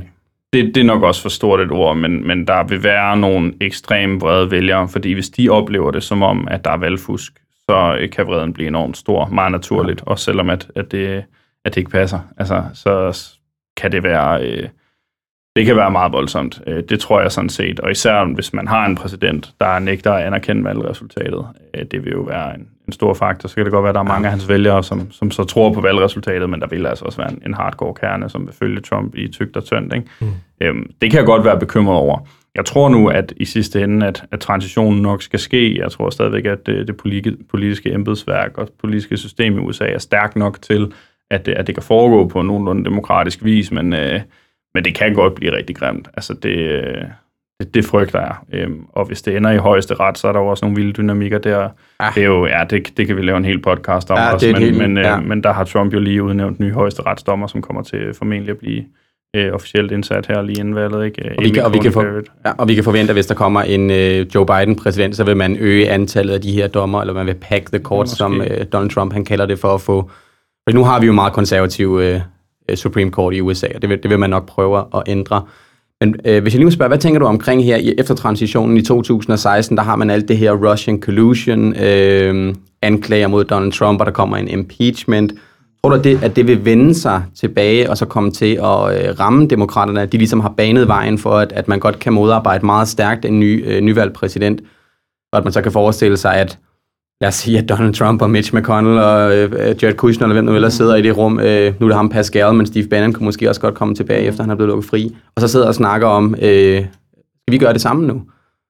Det, det er nok også for stort et ord, men, men der vil være nogle ekstremt vrede vælgere, fordi hvis de oplever det som om, at der er valgfusk, så kan vreden blive enormt stor, meget naturligt, ja. Også selvom at, at, det, at det ikke passer. Altså, så kan det være, øh, det kan være meget voldsomt. Øh, det tror jeg sådan set, og især hvis man har en præsident, der nægter at anerkende valgresultatet, øh, det vil jo være en, en stor faktor. Så kan det godt være, at der er mange af hans vælgere, som, som så tror på valgresultatet, men der vil altså også være en, en hardcore kerne, som vil følge Trump i tygt og tyndt. Ikke? Mm. Øhm, det kan jeg godt være bekymret over. Jeg tror nu, at i sidste ende, at, at transitionen nok skal ske. Jeg tror stadigvæk, at det, det politiske embedsværk og det politiske system i U S A er stærkt nok til, at det, at det kan foregå på nogenlunde demokratisk vis, men, øh, men det kan godt blive rigtig grimt. Altså det, øh, det, det frygter jeg. Øhm, og hvis det ender i højeste ret, så er der jo også nogle vilde dynamikker der. Ah. Det er jo, ja, det, det kan vi lave en hel podcast om ja, også, men, helt, men, øh, ja. men der har Trump jo lige udnævnt nye højeste retsdommer, som kommer til formentlig at blive øh, officielt indsat her lige inden valget. Ikke? Og, vi kan, og, vi kan for, ja, og vi kan forvente, at hvis der kommer en øh, Joe Biden-præsident, så vil man øge antallet af de her dommer, eller man vil pack the court, ja, som øh, Donald Trump han kalder det, for at få. For nu har vi jo meget konservativ øh, Supreme Court i U S A, og det vil, det vil man nok prøve at ændre. Men øh, hvis jeg lige må spørge, hvad tænker du omkring her efter transitionen i to tusind og seksten, der har man alt det her Russian collusion, øh, anklager mod Donald Trump, og der kommer en impeachment. Tror du, det, at det vil vende sig tilbage, og så komme til at øh, ramme demokraterne, at de ligesom har banet vejen for, at, at man godt kan modarbejde meget stærkt en ny, øh, nyvalgt præsident, og at man så kan forestille sig, at lad os sige, at Donald Trump og Mitch McConnell og øh, Jared Kushner, eller hvem der ellers sidder i det rum, øh, nu er det ham Pascal, men Steve Bannon kunne måske også godt komme tilbage, efter han er blevet lukket fri, og så sidder og snakker om, øh, skal vi gøre det samme nu?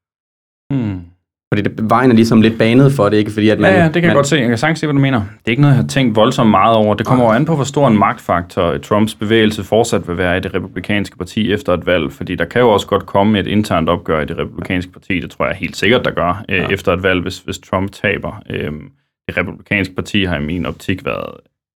Hmm. Fordi det, vejen er ligesom lidt banet for det, ikke? Fordi at man, ja, ja, det kan man, jeg godt se. Jeg kan sagtens se, hvad du mener. Det er ikke noget, jeg har tænkt voldsomt meget over. Det kommer jo an på, hvor stor en magtfaktor Trumps bevægelse fortsat vil være i det republikanske parti efter et valg, fordi der kan jo også godt komme et internt opgør i det republikanske parti. Det tror jeg helt sikkert, der gør øh, ja. efter et valg, hvis, hvis Trump taber. Øh, det republikanske parti har i min optik været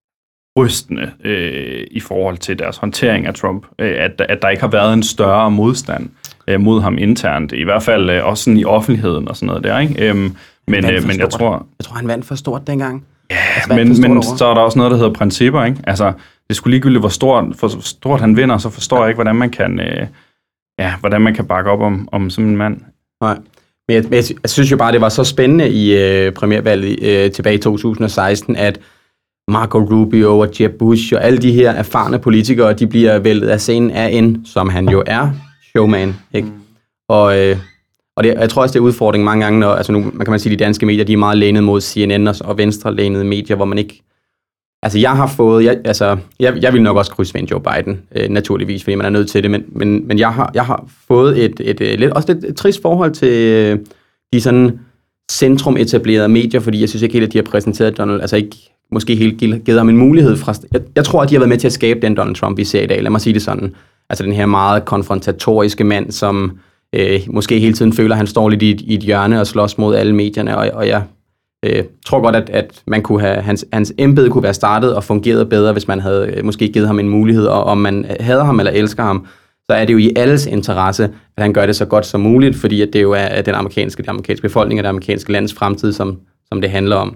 rystende øh, i forhold til deres håndtering af Trump. Øh, at, at der ikke har været en større modstand øh, mod ham internt. I hvert fald øh, også sådan i offentligheden og sådan noget der. Ikke? Øh, men men jeg tror... Jeg tror, han vandt for stort dengang. Ja, altså, men, men så er der også noget, der hedder principper. Ikke? Altså, det skulle ligegyldigt, hvor stort, hvor stort han vinder, så forstår ja. jeg ikke, hvordan man kan, øh, ja, hvordan man kan bakke op om, om sådan en mand. Nej. Men jeg, jeg, jeg synes jo bare, det var så spændende i øh, premiervalget øh, tilbage i to tusind og seksten, at Marco Rubio og Jeb Bush og alle de her erfarne politikere, de bliver væltet af scenen af en, som han jo er, showman. Ikke? Mm. Og, øh, og det, jeg tror også, det er udfordring mange gange, når, altså nu man kan man sige, de danske medier, de er meget lænet mod C N N og, og venstrelænede medier, hvor man ikke... Altså jeg har fået... Jeg, altså, jeg, jeg vil nok også krydsvinde Joe Biden, øh, naturligvis, fordi man er nødt til det, men, men, men jeg, har, jeg har fået et, et, et, lidt, også et, et trist forhold til øh, de sådan centrum-etablerede medier, fordi jeg synes ikke helt, at de har præsenteret Donald... Altså ikke måske helt givet ham en mulighed fra... Jeg, jeg tror, at de har været med til at skabe den Donald Trump, vi ser i dag. Lad mig sige det sådan. Altså den her meget konfrontatoriske mand, som øh, måske hele tiden føler, at han står lidt i, i et hjørne og slås mod alle medierne, og, og jeg øh, tror godt, at, at man kunne have, hans, hans embede kunne være startet og fungeret bedre, hvis man havde øh, måske givet ham en mulighed, og om man hader ham eller elsker ham, så er det jo i alles interesse, at han gør det så godt som muligt, fordi at det jo er den amerikanske, den amerikanske befolkning og det amerikanske lands fremtid, som, som det handler om.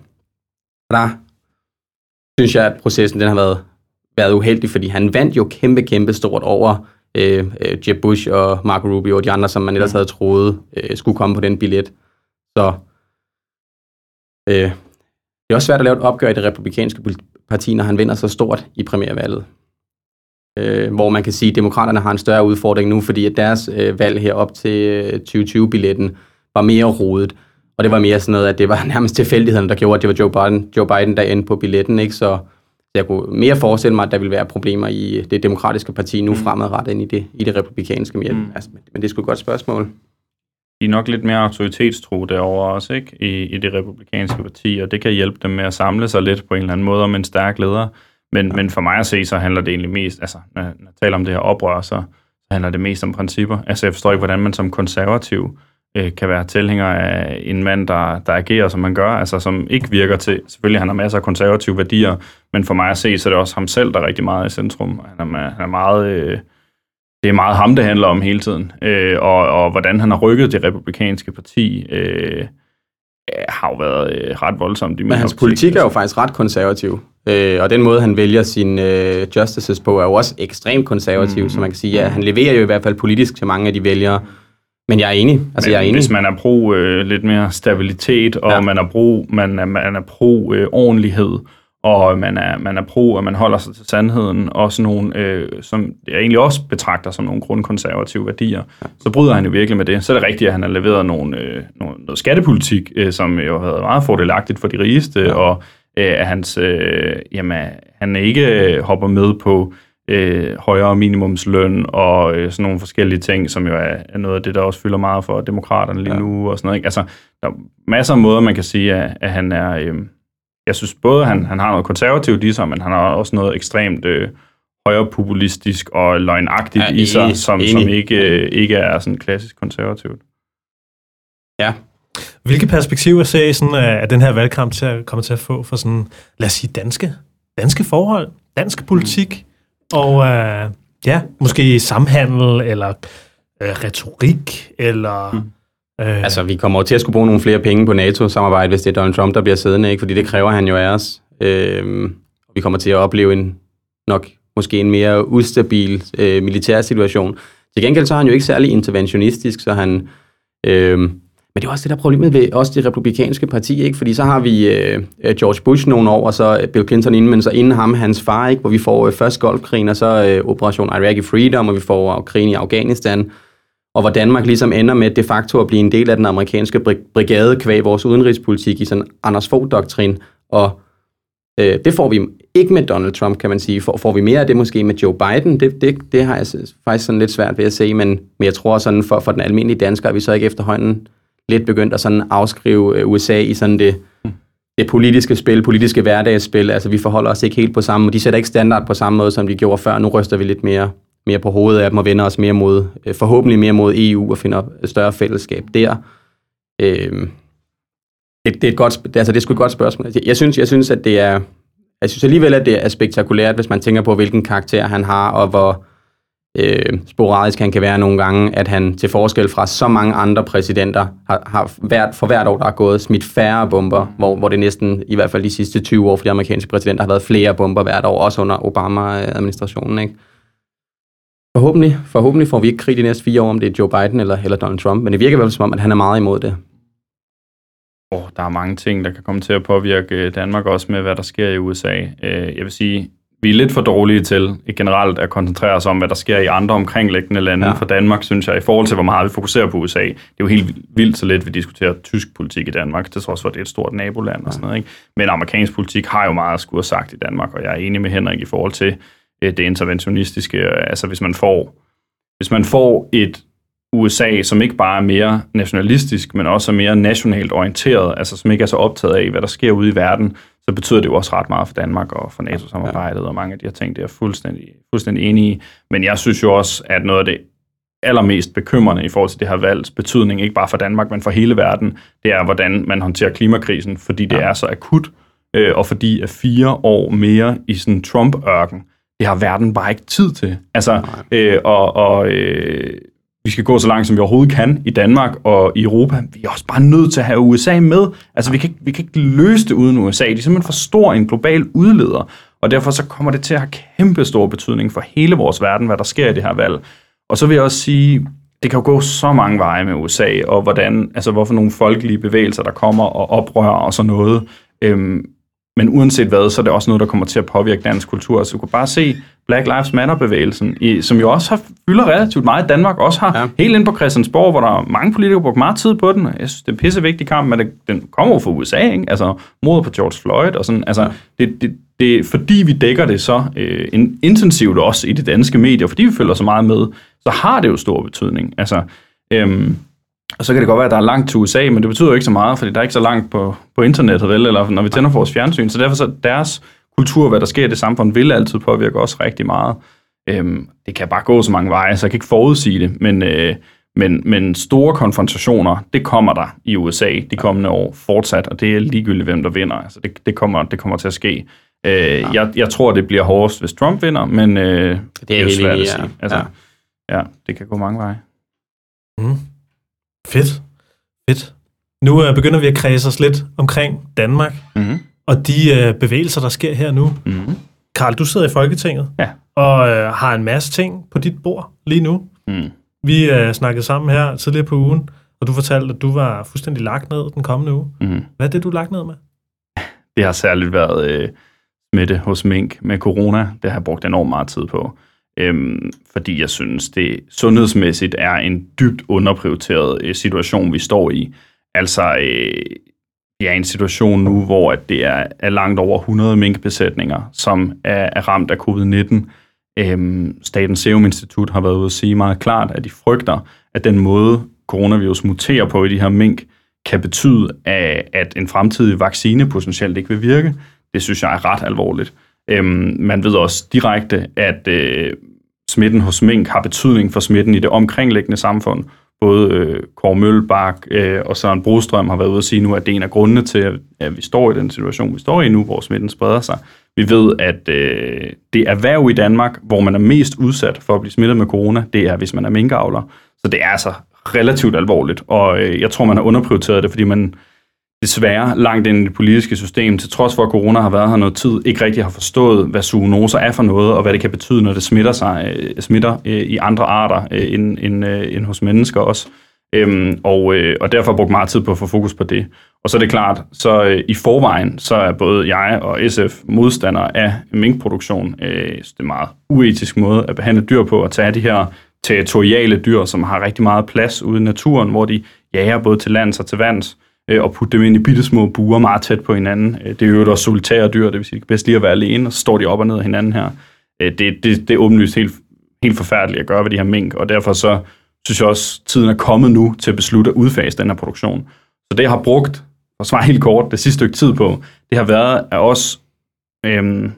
Og der synes jeg, at processen den har været, været uheldig, fordi han vandt jo kæmpe, kæmpe stort over øh, øh, Jeb Bush og Marco Rubio og de andre, som man ellers havde troet øh, skulle komme på den billet. Så øh, det er også svært at lave et opgør i det republikanske parti, når han vinder så stort i primærvalget. Øh, hvor man kan sige, at demokraterne har en større udfordring nu, fordi at deres øh, valg her op til tyve tyve-billetten var mere rodet. Og det var mere sådan noget, at det var nærmest tilfældigheden, der gjorde, at det var Joe Biden, Joe Biden der endte på billetten. Ikke? Så jeg kunne mere forestille mig, at der ville være problemer i det demokratiske parti nu mm. fremadrettet end i det, i det republikanske. Mm. Altså, men det er sgu et godt spørgsmål. De er nok lidt mere autoritetstro derovre også, ikke? I, i det republikanske parti, og det kan hjælpe dem med at samle sig lidt på en eller anden måde om en stærk leder. Men, ja. men for mig at se, så handler det egentlig mest, altså når jeg taler om det her oprør, så handler det mest om principper. Altså jeg forstår ikke, hvordan man som konservativ kan være tilhænger af en mand, der, der agerer, som man gør, altså som ikke virker til, selvfølgelig han har masser af konservative værdier, men for mig at se, så er det også ham selv, der er rigtig meget i centrum. Han er, han er meget, øh, det er meget ham, det handler om hele tiden, øh, og, og hvordan han har rykket det republikanske parti, øh, har jo været øh, ret voldsomt. Men hans optik, politik er jo faktisk ret konservativ. Øh, og den måde, han vælger sine øh, justices på, er jo også ekstremt konservativ, mm. så man kan sige, ja, han leverer jo i hvert fald politisk til mange af de vælgere. Men jeg er enig. Altså, Men jeg er enig. Hvis man er pro øh, lidt mere stabilitet, og ja. man er pro, man er, man er pro øh, ordentlighed, og man er, man er pro, at man holder sig til sandheden, og sådan nogle, øh, som jeg egentlig også betragter som nogle grundkonservative værdier, ja. så bryder han jo virkelig med det. Så er det rigtigt, at han har leveret nogle, øh, noget skattepolitik, øh, som jo har været meget fordelagtigt for de rigeste, ja. og øh, at hans, øh, jamen, han ikke hopper med på øh, højere minimumsløn og øh, sådan nogle forskellige ting, som jo er, er noget af det, der også fylder meget for demokraterne lige ja. nu og sådan noget. Ikke? Altså, der er masser af måder, man kan sige, at, at han er... Øh, Jeg synes både, at han, han har noget konservativt i sig, men han har også noget ekstremt øh, højrepopulistisk og løgnagtigt ja, i sig, som, som ikke, øh, ikke er sådan klassisk konservativt. Ja. Hvilke perspektiver ser I sådan, at den her valgkamp til at, kommer til at få for sådan, lad os sige, danske, danske forhold, dansk politik, mm. og øh, ja, måske samhandel, eller øh, retorik, eller... Mm. Øh. Altså, vi kommer til at skulle bruge nogle flere penge på NATO-samarbejde, hvis det er Donald Trump, der bliver siddende, ikke? Fordi det kræver han jo af os. Øh, vi kommer til at opleve en nok måske en mere ustabil øh, militær situation. Til gengæld så er han jo ikke særlig interventionistisk, så han... Øh, men det er også det, der er problemet ved også det republikanske parti, ikke? Fordi så har vi øh, George Bush nogle år, og så Bill Clinton inden, men så inden ham hans far, ikke? Hvor vi får øh, først Golfkrigen, og så øh, Operation Iraqi Freedom, og vi får krigen i Afghanistan. Og hvor Danmark ligesom ender med de facto at blive en del af den amerikanske brigade kvæg vores udenrigspolitik i sådan Anders Fogh-doktrin. Og øh, det får vi ikke med Donald Trump, kan man sige. For, får vi mere af det måske med Joe Biden? Det, det, det har jeg faktisk sådan lidt svært ved at se, men, men jeg tror sådan for, for den almindelige dansker, at vi så ikke efterhånden lidt begyndt at sådan afskrive U S A i sådan det, det politiske spil, politiske hverdagsspil. Altså vi forholder os ikke helt på samme måde. De sætter ikke standard på samme måde, som de gjorde før. Nu ryster vi lidt mere... mere på hovedet af dem og vender os mere mod, forhåbentlig mere mod E U og finder et større fællesskab der. Øhm, det, det er et godt, altså det er sgu et godt spørgsmål. Jeg synes, jeg synes, at det er, jeg synes alligevel, at det er spektakulært, hvis man tænker på, hvilken karakter han har, og hvor øh, sporadisk han kan være nogle gange, at han til forskel fra så mange andre præsidenter har, har hvert, for hvert år, der er gået, smidt færre bomber, hvor, hvor det næsten, i hvert fald de sidste tyve år for de amerikanske præsidenter, har været flere bomber hvert år, også under Obama-administrationen, ikke? Forhåbentlig, forhåbentlig får vi ikke krig de næste fire år, om det er Joe Biden eller, eller Donald Trump, men det virker vel som om, at han er meget imod det. Oh, der er mange ting, der kan komme til at påvirke Danmark også med, hvad der sker i U S A. Jeg vil sige, vi er lidt for dårlige til generelt at koncentrere os om, hvad der sker i andre omkringliggende lande. Ja. For Danmark, synes jeg, i forhold til, hvor meget vi fokuserer på U S A, det er jo helt vildt så lidt, vi diskuterer tysk politik i Danmark. Det tror også, at det er et stort naboland og sådan noget, ikke? Men amerikansk politik har jo meget at skulle have sagt i Danmark, og jeg er enig med Henrik i forhold til det interventionistiske. Altså hvis man får, hvis man får et U S A, som ikke bare er mere nationalistisk, men også er mere nationalt orienteret, altså som ikke er så optaget af, hvad der sker ude i verden, så betyder det jo også ret meget for Danmark og for NATO-samarbejdet, og mange af de her ting, det er fuldstændig, fuldstændig enige i. Men jeg synes jo også, at noget af det allermest bekymrende i forhold til det her valgs betydning, ikke bare for Danmark, men for hele verden, det er, hvordan man håndterer klimakrisen, fordi det er så akut, og fordi at fire år mere i sådan en Trump-ørken, det har verden bare ikke tid til. Altså, øh, og, og øh, vi skal gå så langt, som vi overhovedet kan i Danmark og i Europa. Vi er også bare nødt til at have U S A med. Altså, vi kan, ikke, vi kan ikke løse det uden U S A. De er simpelthen for stor en global udleder, og derfor så kommer det til at have kæmpe stor betydning for hele vores verden, hvad der sker i det her valg. Og så vil jeg også sige, det kan jo gå så mange veje med U S A, og hvordan, altså, hvorfor nogle folkelige bevægelser, der kommer og oprører og sådan noget. Øhm, Men uanset hvad, så er det også noget, der kommer til at påvirke dansk kultur. Så du kan bare se Black Lives Matter-bevægelsen, i, som jo også har, fylder relativt meget i Danmark, også har ja. helt ind på Christiansborg, hvor der er mange politikere, der brugt meget tid på den. Jeg synes, det er en pissevigtig kamp, men det, den kommer jo fra U S A, ikke? Altså mordet på George Floyd og sådan. Altså, ja. det, det, det, fordi vi dækker det så øh, intensivt også i de danske medier, fordi vi følger så meget med, så har det jo stor betydning. Altså... Øhm, Og så kan det godt være, at der er langt til U S A, men det betyder jo ikke så meget, fordi der er ikke så langt på, på internettet, vel, eller når vi tænder for vores fjernsyn. Så derfor så deres kultur, hvad der sker i det samfund, vil altid påvirke os rigtig meget. Øhm, det kan bare gå så mange veje, så jeg kan ikke forudsige det, men, øh, men, men store konfrontationer, det kommer der i U S A de kommende år fortsat, og det er ligegyldigt, hvem der vinder. Altså, det, det, kommer, det kommer til at ske. Øh, ja. jeg, jeg tror, det bliver hårdest, hvis Trump vinder, men øh, det, er det er jo svært at sige. Altså, ja. ja, det kan gå mange veje. Mm. Fedt. Fedt. Nu uh, begynder vi at kredse os lidt omkring Danmark. Mm-hmm. og de øh, bevægelser, der sker her nu. Mm-hmm. Karl, du sidder i Folketinget, ja. og øh, har en masse ting på dit bord lige nu. Mm. Vi øh, snakkede sammen her tidligere på ugen, og du fortalte, at du var fuldstændig lagt ned den kommende uge. Mm. Hvad er det, du er lagt ned med? Det har særligt været øh, smitte hos mink med corona. Det har jeg brugt enormt meget tid på. Øhm, fordi jeg synes, det sundhedsmæssigt er en dybt underprioriteret øh, situation, vi står i. Altså, øh, det er en situation nu, hvor at det er, er langt over hundrede minkbesætninger, som er, er ramt af covid nitten. Øhm, Statens Serum Institut har været ude at sige meget klart, at de frygter, at den måde, coronavirus muterer på i de her mink, kan betyde, at en fremtidig vaccine potentielt ikke vil virke. Det synes jeg er ret alvorligt. Øhm, man ved også direkte, at øh, smitten hos mink har betydning for smitten i det omkringliggende samfund. Både øh, Kåre Mølbak øh, og Søren Brostrøm har været ude at sige nu, at det er en af grundene til, at, at vi står i den situation, vi står i nu, hvor smitten spreder sig. Vi ved, at øh, det erhverv i Danmark, hvor man er mest udsat for at blive smittet med corona, det er, hvis man er minkavler. Så det er altså relativt alvorligt, og øh, jeg tror, man har underprioriteret det, fordi man desværre langt ind i det politiske system, til trods for, at corona har været her noget tid, ikke rigtig har forstået, hvad zoonoser er for noget, og hvad det kan betyde, når det smitter sig, øh, smitter øh, i andre arter øh, end, end, øh, end hos mennesker også. Øhm, og, øh, og derfor har jeg brugt meget tid på at få fokus på det. Og så er det klart, så øh, i forvejen, så er både jeg og S F modstandere af minkproduktion. Øh, det er en meget uetisk måde at behandle dyr på, at tage de her territoriale dyr, som har rigtig meget plads ude i naturen, hvor de jager både til lands og til vands, og putte dem ind i bittesmå buer meget tæt på hinanden. Det er jo også solitære dyr, det vil sige, det er bedst lige at være alene, og så står de op og ned af hinanden her. Det, det, det er åbenlyst helt, helt forfærdeligt at gøre ved de her mink, og derfor så synes jeg også, at tiden er kommet nu til at beslutte at udfase den her produktion. Så det, jeg har brugt, for at svare helt kort, det sidste stykke tid på, det har været at også øhm,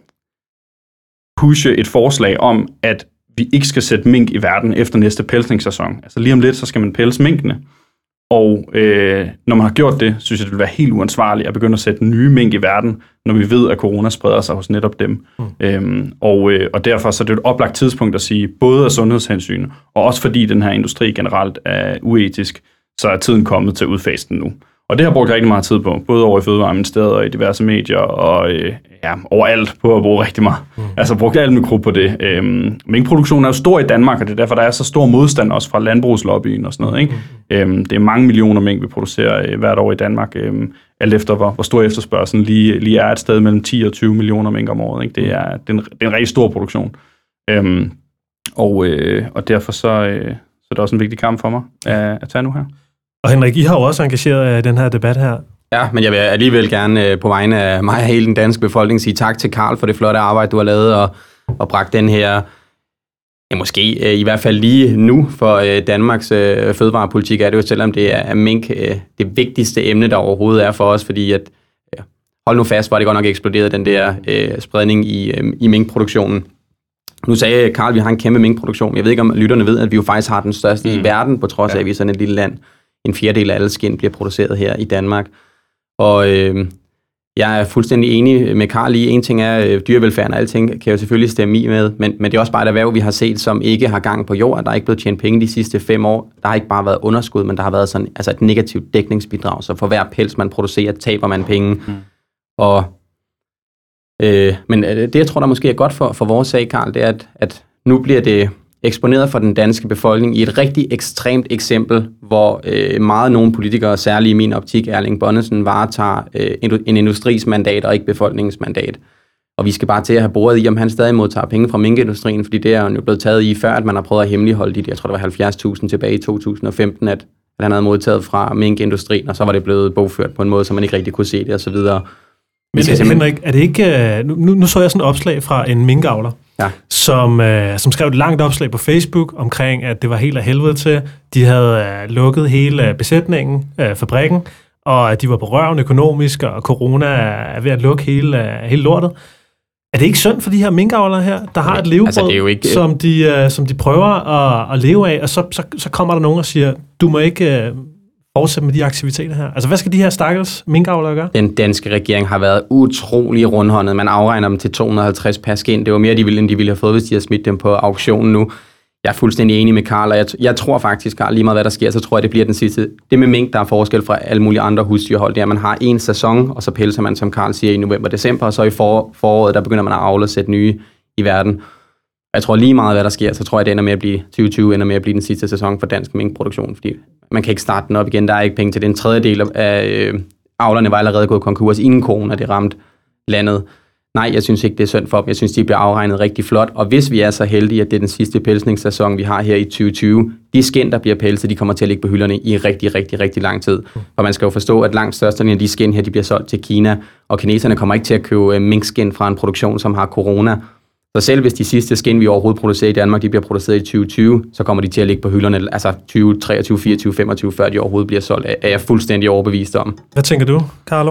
pushe et forslag om, at vi ikke skal sætte mink i verden efter næste pelsningssæson. Altså lige om lidt, så skal man pelse minkene. Og øh, når man har gjort det, synes jeg, det vil være helt uansvarligt at begynde at sætte nye mink i verden, når vi ved, at corona spreder sig hos netop dem. Mm. Øhm, og, øh, og derfor så er det et oplagt tidspunkt at sige, både af sundhedshensyn, og også fordi den her industri generelt er uetisk, så er tiden kommet til at udfase den nu. Og det har jeg brugt rigtig meget tid på, både over i Fødevareministeriet og i diverse medier, og øh, ja, overalt på at bruge rigtig meget. Mm. Altså brugt alt mit krudt på det. Øhm, minkproduktionen er jo stor i Danmark, og det er derfor, der er så stor modstand også fra landbrugslobbyen og sådan noget. Ikke? Mm. Øhm, det er mange millioner mink, vi producerer øh, hvert år i Danmark, øh, alt efter hvor, hvor stor efterspørgselen lige, lige er et sted mellem ti og tyve millioner mink om året. Ikke? Det, er, det, er en, det er en rigtig stor produktion. Øhm, og, øh, og derfor så, øh, så er det også en vigtig kamp for mig at, at tage nu her. Og Henrik, I har jo også engageret i den her debat her. Ja, men jeg vil alligevel gerne på vegne af mig og hele den danske befolkning sige tak til Karl for det flotte arbejde, du har lavet, og, og bragt den her, ja, måske i hvert fald lige nu for Danmarks øh, fødevarepolitik, er det jo, selvom det er mink øh, det vigtigste emne, der overhovedet er for os, fordi at, ja, hold nu fast, hvor det godt nok eksploderet, den der øh, spredning i, øh, i minkproduktionen. Nu sagde Karl, at vi har en kæmpe minkproduktion. Jeg ved ikke, om lytterne ved, at vi jo faktisk har den største mm. i verden, på trods af, at vi er sådan et lille land. En fjerdedel af alle skind bliver produceret her i Danmark. Og øh, jeg er fuldstændig enig med Karl i, en ting er øh, dyrevelfærden, og alting kan jeg jo selvfølgelig stemme i med, men, men det er også bare et erhverv, vi har set, som ikke har gang på jord. Der er ikke blevet tjent penge de sidste fem år. Der har ikke bare været underskud, men der har været sådan, altså et negativt dækningsbidrag. Så for hver pels, man producerer, taber man penge. Mm. Og, øh, men det, jeg tror, der måske er godt for, for vores sag, Karl, det er, at, at nu bliver det eksponeret for den danske befolkning i et rigtig ekstremt eksempel, hvor øh, meget nogle politikere, særligt i min optik, Erling Bonnesen, varetager øh, en industris mandat og ikke befolkningens mandat. Og vi skal bare til at have boret i, om han stadig modtager penge fra minkindustrien, fordi det er jo blevet taget i før, at man har prøvet at hemmeligholde de, jeg tror, det var halvfjerds tusind tilbage i to tusind og femten, at, at han havde modtaget fra minkindustrien, og så var det blevet bogført på en måde, så man ikke rigtig kunne se det, og så videre. Men det, Henrik, er det ikke... Nu, nu så jeg sådan et opslag fra en minkavler, ja. som, øh, som skrev et langt opslag på Facebook omkring, at det var helt af helvede til. De havde øh, lukket hele besætningen, øh, fabrikken, og at de var på røven økonomisk, og corona er ved at lukke hele, øh, hele lortet. Er det ikke synd for de her minkavlere her, der har et levebrød, altså, det er jo ikke, som, de, øh, som de prøver at, at leve af, og så, så, så kommer der nogen og siger, du må ikke... Øh, fortsætte med de aktiviteter her? Altså, hvad skal de her stakkels minkavlere gøre? Den danske regering har været utrolig rundhåndet. Man afregner dem til to hundrede og halvtreds per skind. Det var mere, de ville, end de ville have fået, hvis de havde smidt dem på auktionen nu. Jeg er fuldstændig enig med Karl, og jeg, jeg tror faktisk, Karl, lige meget hvad der sker, så tror jeg, det bliver den sidste. Det med mink, der er forskel fra alle mulige andre husdyrhold, det er, at man har en sæson, og så pelser man, som Karl siger, i november-december, og så i for, foråret, der begynder man at avle og sætte nye i verden. Jeg tror lige meget, hvad der sker, så tror jeg, det ender med at blive tyve tyve, ender med at blive den sidste sæson for dansk minkproduktion, fordi man kan ikke starte den op igen. Der er ikke penge til det. En tredjedel af øh, avlerne var allerede gået konkurs, inden corona det ramte landet. Nej, jeg synes ikke, det er synd for dem. Jeg synes, de bliver afregnet rigtig flot. Og hvis vi er så heldige, at det er den sidste pelsningssæson, vi har her i tyve tyve, de skind, der bliver pelset, de kommer til at ligge på hylderne i rigtig, rigtig, rigtig lang tid. For man skal jo forstå, at langt størstedelen af de skind her, de bliver solgt til Kina, og kineserne kommer ikke til at købe minkskind fra en produktion, som har corona. Så selv hvis de sidste skind, vi overhovedet producerer i Danmark, de bliver produceret i tyve tyve, så kommer de til at ligge på hylderne, altså tyve treogtyve, fireogtyve, femogtyve, før de overhovedet bliver solgt, er jeg fuldstændig overbevist om. Hvad tænker du, Carlo?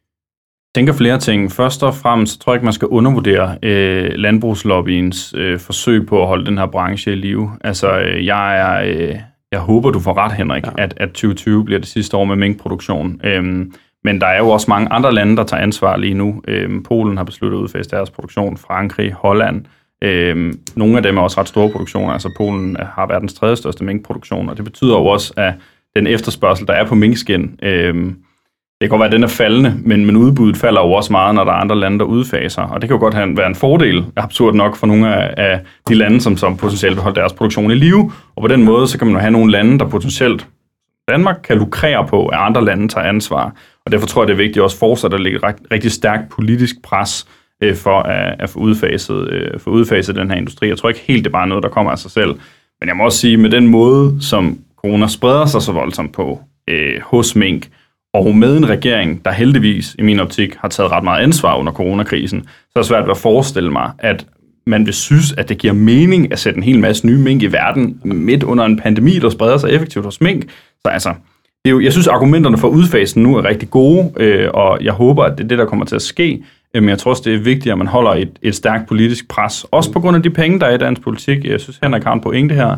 Jeg tænker flere ting. Først og fremmest tror jeg ikke, man skal undervurdere øh, landbrugslobbyens øh, forsøg på at holde den her branche i live. Altså, øh, jeg, er, øh, jeg håber, du får ret, Henrik, ja. at, at tyve tyve bliver det sidste år med minkproduktion. Øhm, men der er jo også mange andre lande, der tager ansvar lige nu. Øhm, Polen har besluttet at udfase deres produktion, Frankrig, Holland. Øhm, nogle af dem er også ret store produktioner. Altså, Polen har verdens tredje største minkproduktion, og det betyder jo også, at den efterspørgsel, der er på minkskind, øhm, det kan godt være, at den er faldende, men, men udbuddet falder jo også meget, når der er andre lande, der udfaser. Og det kan jo godt have, være en fordel, absurd nok, for nogle af, af de lande, som, som potentielt vil holde deres produktion i live. Og på den måde, så kan man jo have nogle lande, der potentielt Danmark kan lukrere på, at andre lande tager ansvar. Og derfor tror jeg, det er vigtigt også fortsat at lægge et rigtig stærkt politisk pres øh, for at, at få, udfaset, øh, få udfaset den her industri. Jeg tror ikke helt, det er bare noget, der kommer af sig selv. Men jeg må også sige, med den måde, som corona spreder sig så voldsomt på øh, hos mink, og med en regering, der heldigvis i min optik har taget ret meget ansvar under coronakrisen, så er det svært at forestille mig, at man vil synes, at det giver mening at sætte en hel masse nye mink i verden midt under en pandemi, der spreder sig effektivt hos mink. Så altså, det er jo, jeg synes, argumenterne for udfasen nu er rigtig gode, øh, og jeg håber, at det er det, der kommer til at ske. Men jeg tror også, det er vigtigt, at man holder et, et stærkt politisk pres, også på grund af de penge, der er i dansk politik. Jeg synes, Henrik har en pointe her.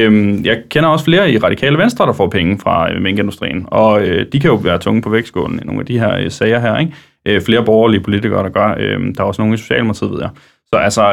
Jeg kender også flere i Radikale Venstre, der får penge fra minkindustrien, og de kan jo være tunge på vægtskålen i nogle af de her sager her, ikke? Flere borgerlige politikere, der gør. Der er også nogle i Socialdemokratiet, ved jeg. Så altså,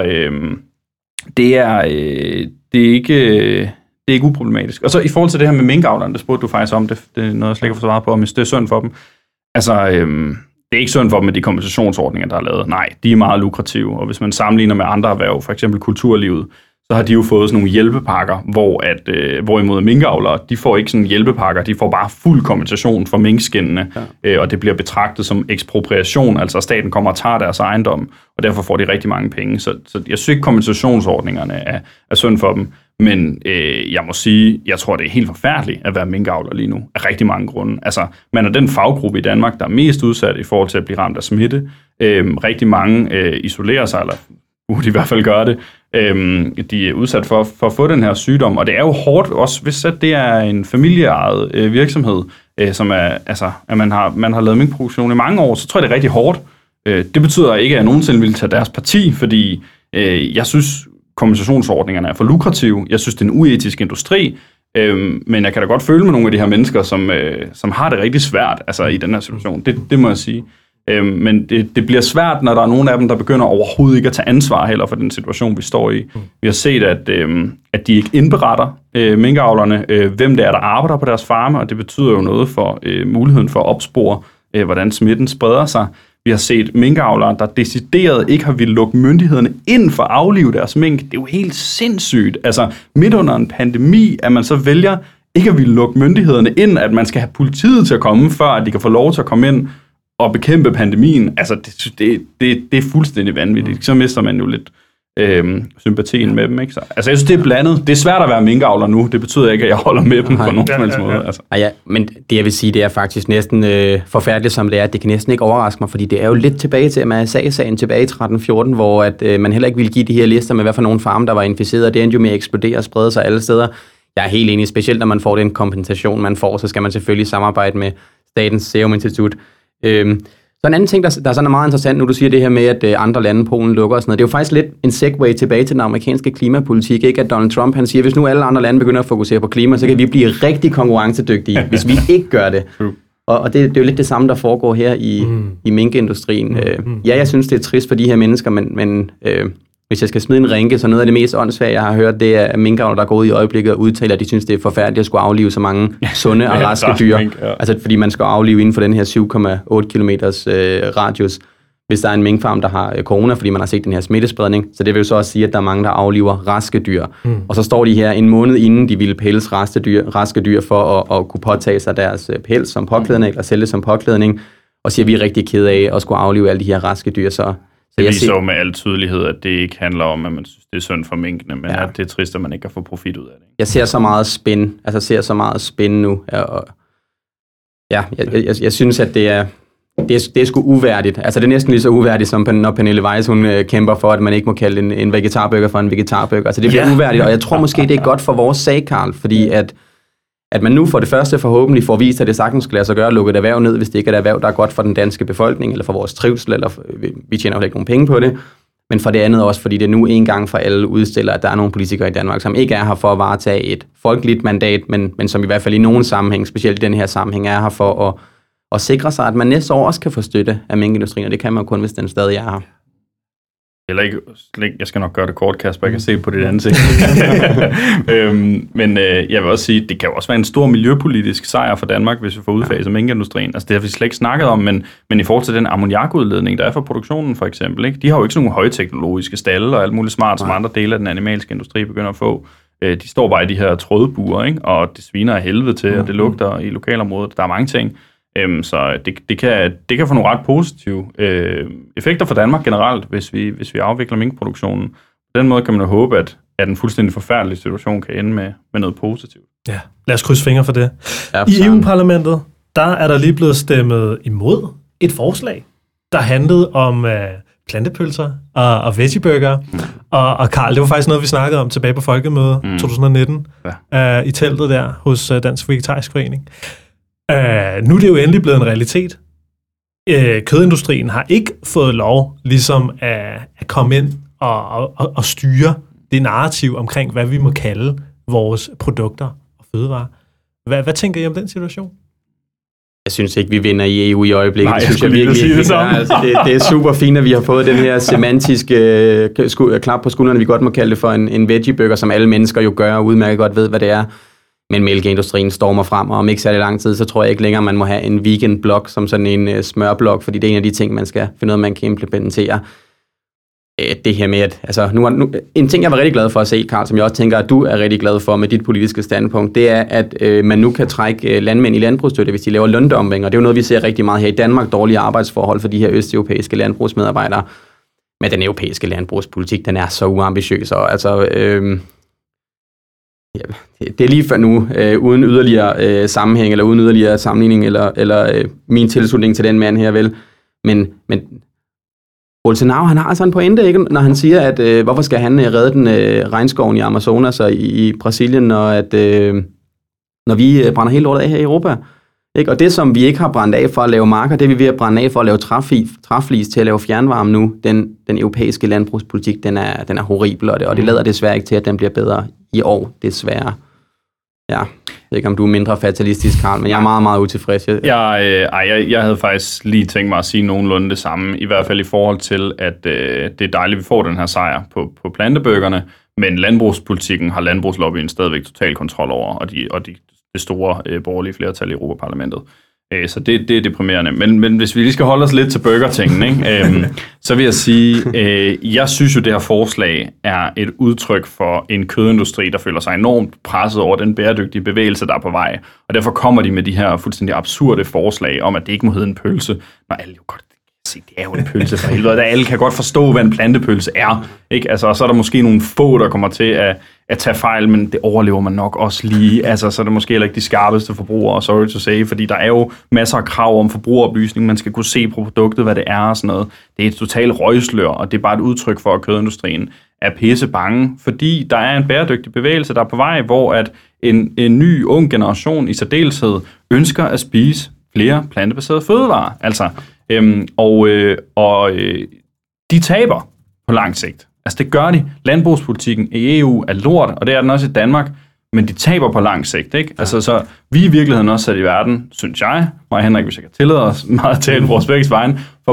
det er, det er ikke... Det er ikke uproblematisk. Og så i forhold til det her med minkavlerne, det spurgte du faktisk om, det, det er noget, jeg slet ikke har fået svaret på, om det er synd for dem. Altså, øhm, det er ikke synd for dem med de kompensationsordninger, der er lavet. Nej, de er meget lukrative, og hvis man sammenligner med andre erhverv, for eksempel kulturlivet, så har de jo fået sådan nogle hjælpepakker, hvor at, øh, hvorimod minkavlere, de får ikke sådan hjælpepakker, de får bare fuld kompensation for minkskindene, ja. øh, og det bliver betragtet som ekspropriation, altså staten kommer og tager deres ejendom, og derfor får de rigtig mange penge. Så, så jeg synes ikke, kompensationsordningerne er, er synd for dem, men øh, jeg må sige, jeg tror, det er helt forfærdeligt at være minkavler lige nu, af rigtig mange grunde. Altså, man er den faggruppe i Danmark, der er mest udsat i forhold til at blive ramt af smitte. Øh, rigtig mange øh, isolerer sig, eller burde de i hvert fald gøre det. Øhm, de er udsat for, for at få den her sygdom, og det er jo hårdt også, hvis at det er en familieejet øh, virksomhed, øh, som er, altså, at man har, man har lavet minkproduktion i mange år, så tror jeg, det er rigtig hårdt. Øh, det betyder ikke, at jeg nogensinde vil tage deres parti, fordi øh, jeg synes, kompensationsordningerne er for lukrative. Jeg synes, det er en uetisk industri, øh, men jeg kan da godt føle med nogle af de her mennesker, som, øh, som har det rigtig svært altså, i den her situation. Det, det må jeg sige. Øhm, men det, det bliver svært, når der er nogle af dem, der begynder overhovedet ikke at tage ansvar heller for den situation, vi står i. Mm. Vi har set, at, øhm, at de ikke indberetter øh, minkavlerne, øh, hvem det er, der arbejder på deres farme, og det betyder jo noget for øh, muligheden for at opspore, øh, hvordan smitten spreder sig. Vi har set minkavlere, der decideret ikke har ville lukke myndighederne ind for at aflive deres mink. Det er jo helt sindssygt. Altså midt under en pandemi, at man så vælger ikke at ville lukke myndighederne ind, at man skal have politiet til at komme, før at de kan få lov til at komme ind og bekæmpe pandemien, altså det, det, det, det er fuldstændig vanvittigt. Så mister man jo lidt øhm, sympatien med dem, ikke? Så, altså jeg synes, det er blandet. Det er svært at være minkavler nu. Det betyder ikke, at jeg holder med dem på nogen som helst måde. Altså. Ja, men det jeg vil sige, det er faktisk næsten øh, forfærdeligt, som det er. Det kan næsten ikke overraske mig, fordi det er jo lidt tilbage til M R S A-sagen tilbage i tretten fjorten, hvor at, øh, man heller ikke ville give de her lister med, hvad for nogle farme, der var inficeret, og det endte jo med at eksplodere og sprede sig alle steder. Jeg er helt enig, specielt når man får den kompensation, man får, så skal man selvfølgelig samarbejde med Statens Serum Institut. Øhm, så en anden ting, der, der er sådan meget interessant, nu du siger det her med, at øh, andre lande, Polen lukker og sådan noget, det er jo faktisk lidt en segue tilbage til den amerikanske klimapolitik, ikke? At Donald Trump, han siger, hvis nu alle andre lande begynder at fokusere på klima, så kan vi blive rigtig konkurrencedygtige, hvis vi ikke gør det. Og, og det, det er jo lidt det samme, der foregår her i, mm. i minkindustrien. Mm. Øh, ja, jeg synes, det er trist for de her mennesker, men, men øh, hvis jeg skal smide en rinke, så noget af det mest åndssvage, jeg har hørt, det er, at minkavlere, der går ud i øjeblikket og udtaler, at de synes, det er forfærdeligt at skulle aflive så mange sunde og raske dyr. Mink, ja. Altså, fordi man skal aflive inden for den her syv komma otte kilometers øh, radius, hvis der er en minkfarm, der har øh, corona, fordi man har set den her smittespredning. Så det vil jo så også sige, at der er mange, der afliver raske dyr. Mm. Og så står de her en måned inden, de ville pelse raske dyr, raske dyr for at, at kunne påtage sig deres øh, pels som påklædning, mm. eller sælge det som påklædning, og siger, at vi er rigtig ked af at skulle aflive alle de her raske dyr. Så det viser jo med al tydelighed, at det ikke handler om, at man synes, det er synd for minkene, men ja. At det er trist, at man ikke kan få profit ud af det. Jeg ser så meget spænd, altså ser så meget spænd nu, og ja, jeg, jeg, jeg synes, at det er, det er, det er sgu uværdigt. Altså det er næsten lige så uværdigt, som når Pernille Weiss, hun øh, kæmper for, at man ikke må kalde en, en vegetarburger for en vegetarburger. Altså det bliver ja. uværdigt, og jeg tror måske, det er godt for vores sag, Karl, fordi at at man nu for det første forhåbentlig får vist, at det sagtens skal lade sig gøre at lukke et erhverv ned, hvis det ikke er et erhverv, der er godt for den danske befolkning, eller for vores trivsel, eller for, vi tjener jo ikke nogen penge på det, men for det andet også, fordi det nu en gang for alle udstiller, at der er nogle politikere i Danmark, som ikke er her for at varetage et folkeligt mandat, men, men som i hvert fald i nogen sammenhæng, specielt i den her sammenhæng, er her for at, at sikre sig, at man næste år også kan få støtte af minkindustrien, og det kan man kun, hvis den stadig er her. Eller ikke, jeg skal nok gøre det kort, Kasper, jeg kan se på dit ansigt. øhm, men øh, jeg vil også sige, det kan jo også være en stor miljøpolitisk sejr for Danmark, hvis vi får udfaset minkindustrien. Altså det har vi slet ikke snakket om, men, men i forhold til den ammoniakudledning, der er fra produktionen for eksempel, ikke? De har jo ikke sådan nogle højteknologiske stalle og alt muligt smart, som andre dele af den animalske industri begynder at få. Øh, de står bare i de her trådbuer, ikke? Og det sviner af helvede til, og det lugter i lokalområdet. Der er mange ting. Øhm, så det, det, kan, det kan få nogle ret positive øh, effekter for Danmark generelt, hvis vi, hvis vi afvikler minkproduktionen. På den måde kan man jo håbe, at, at en fuldstændig forfærdelig situation kan ende med, med noget positivt. Ja, lad os krydse fingre for det. Ja, for I E U-parlamentet, der er der lige blevet stemmet imod et forslag, der handlede om øh, plantepølser og, og veggieburger. Mm. Og, og Karl, det var faktisk noget, vi snakkede om tilbage på Folkemødet mm. to tusind nitten ja. øh, i teltet der hos øh, Dansk Vegetarisk Forening. Uh, nu er det jo endelig blevet en realitet. Uh, kødindustrien har ikke fået lov ligesom at, at komme ind og, og, og styre det narrativ omkring, hvad vi må kalde vores produkter og fødevarer. Hvad, hvad tænker I om den situation? Jeg synes ikke, vi vinder i E U i øjeblikket. Nej, jeg synes, jeg virkelig sige det, altså, det, det er super fint, at vi har fået den her semantiske uh, sku, klap på skuldrene, vi godt må kalde det for en, en veggie-burger, som alle mennesker jo gør, og udmærket godt ved, hvad det er. Men mælkeindustrien stormer frem, og om ikke særlig lang tid, så tror jeg ikke længere, man må have en vegan-blok som sådan en uh, smørblok, fordi det er en af de ting, man skal finde ud af, man kan implementere. Uh, det her med, at altså, nu, nu, en ting, jeg var rigtig glad for at se, Karl, som jeg også tænker, at du er rigtig glad for med dit politiske standpunkt, det er, at uh, man nu kan trække uh, landmænd i landbrugsstøtte, hvis de laver løndumping, og det er jo noget, vi ser rigtig meget her i Danmark, dårlige arbejdsforhold for de her østeuropæiske landbrugsmedarbejdere. Men den europæiske landbrugspolitik, den er så uambitiøs, og altså... Uh, Det er lige før nu, øh, uden yderligere øh, sammenhæng, eller uden yderligere sammenligning, eller, eller øh, min tilslutning til den mand her, vel. Men, men Bolsonaro, han har altså en pointe, ikke? Når han siger, at øh, hvorfor skal han øh, redde den øh, regnskoven i Amazonas og i, i Brasilien, når, at, øh, når vi øh, brænder helt lortet af her i Europa. Ikke? Og det, som vi ikke har brændt af for at lave marker, det er vi ved at brænde af for at lave træflis til at lave fjernvarme nu. Den, den europæiske landbrugspolitik, den er, den er horribel, og det, og det lader desværre ikke til, at den bliver bedre i år, desværre. Ja, jeg ved ikke, om du er mindre fatalistisk, Karl, men jeg er meget, meget utilfreds. Jeg, øh, ej, jeg, jeg havde faktisk lige tænkt mig at sige nogenlunde det samme, i hvert fald i forhold til, at øh, det er dejligt, at vi får den her sejr på, på plantebøgerne, men landbrugspolitikken har landbrugslobbyen stadigvæk total kontrol over, og de, og de det store øh, borgerlige flertal i Europaparlamentet. Øh, så det, det er deprimerende. Men, men hvis vi lige skal holde os lidt til burgertingen, ikke? øhm, så vil jeg sige, øh, jeg synes jo, det her forslag er et udtryk for en kødindustri, der føler sig enormt presset over den bæredygtige bevægelse, der er på vej. Og derfor kommer de med de her fuldstændig absurde forslag om, at det ikke må hedde en pølse, når alle jo godt se, det er jo en pølse for helvede. Alle kan godt forstå, hvad en plantepølse er. Ikke? Altså, og så er der måske nogle få, der kommer til at, at tage fejl, men det overlever man nok også lige. Altså, så er det måske heller ikke de skarpeste forbrugere, sorry to say, fordi der er jo masser af krav om forbrugeroplysning. Man skal kunne se på produktet, hvad det er og sådan noget. Det er et totalt røgslør, og det er bare et udtryk for, at kødindustrien er pisse bange, fordi der er en bæredygtig bevægelse, der er på vej, hvor at en, en ny, ung generation i særdeleshed ønsker at spise flere plantebaserede fødevarer. Altså, Øhm, og øh, og øh, de taber på lang sigt. Altså det gør de. Landbrugspolitikken i E U er lort, og det er den også i Danmark, men de taber på lang sigt. Ikke? Ja. Altså, så vi er i virkeligheden også sat i verden, synes jeg, mig og Henrik, hvis jeg kan tillade os meget at tale vores begge vejen, for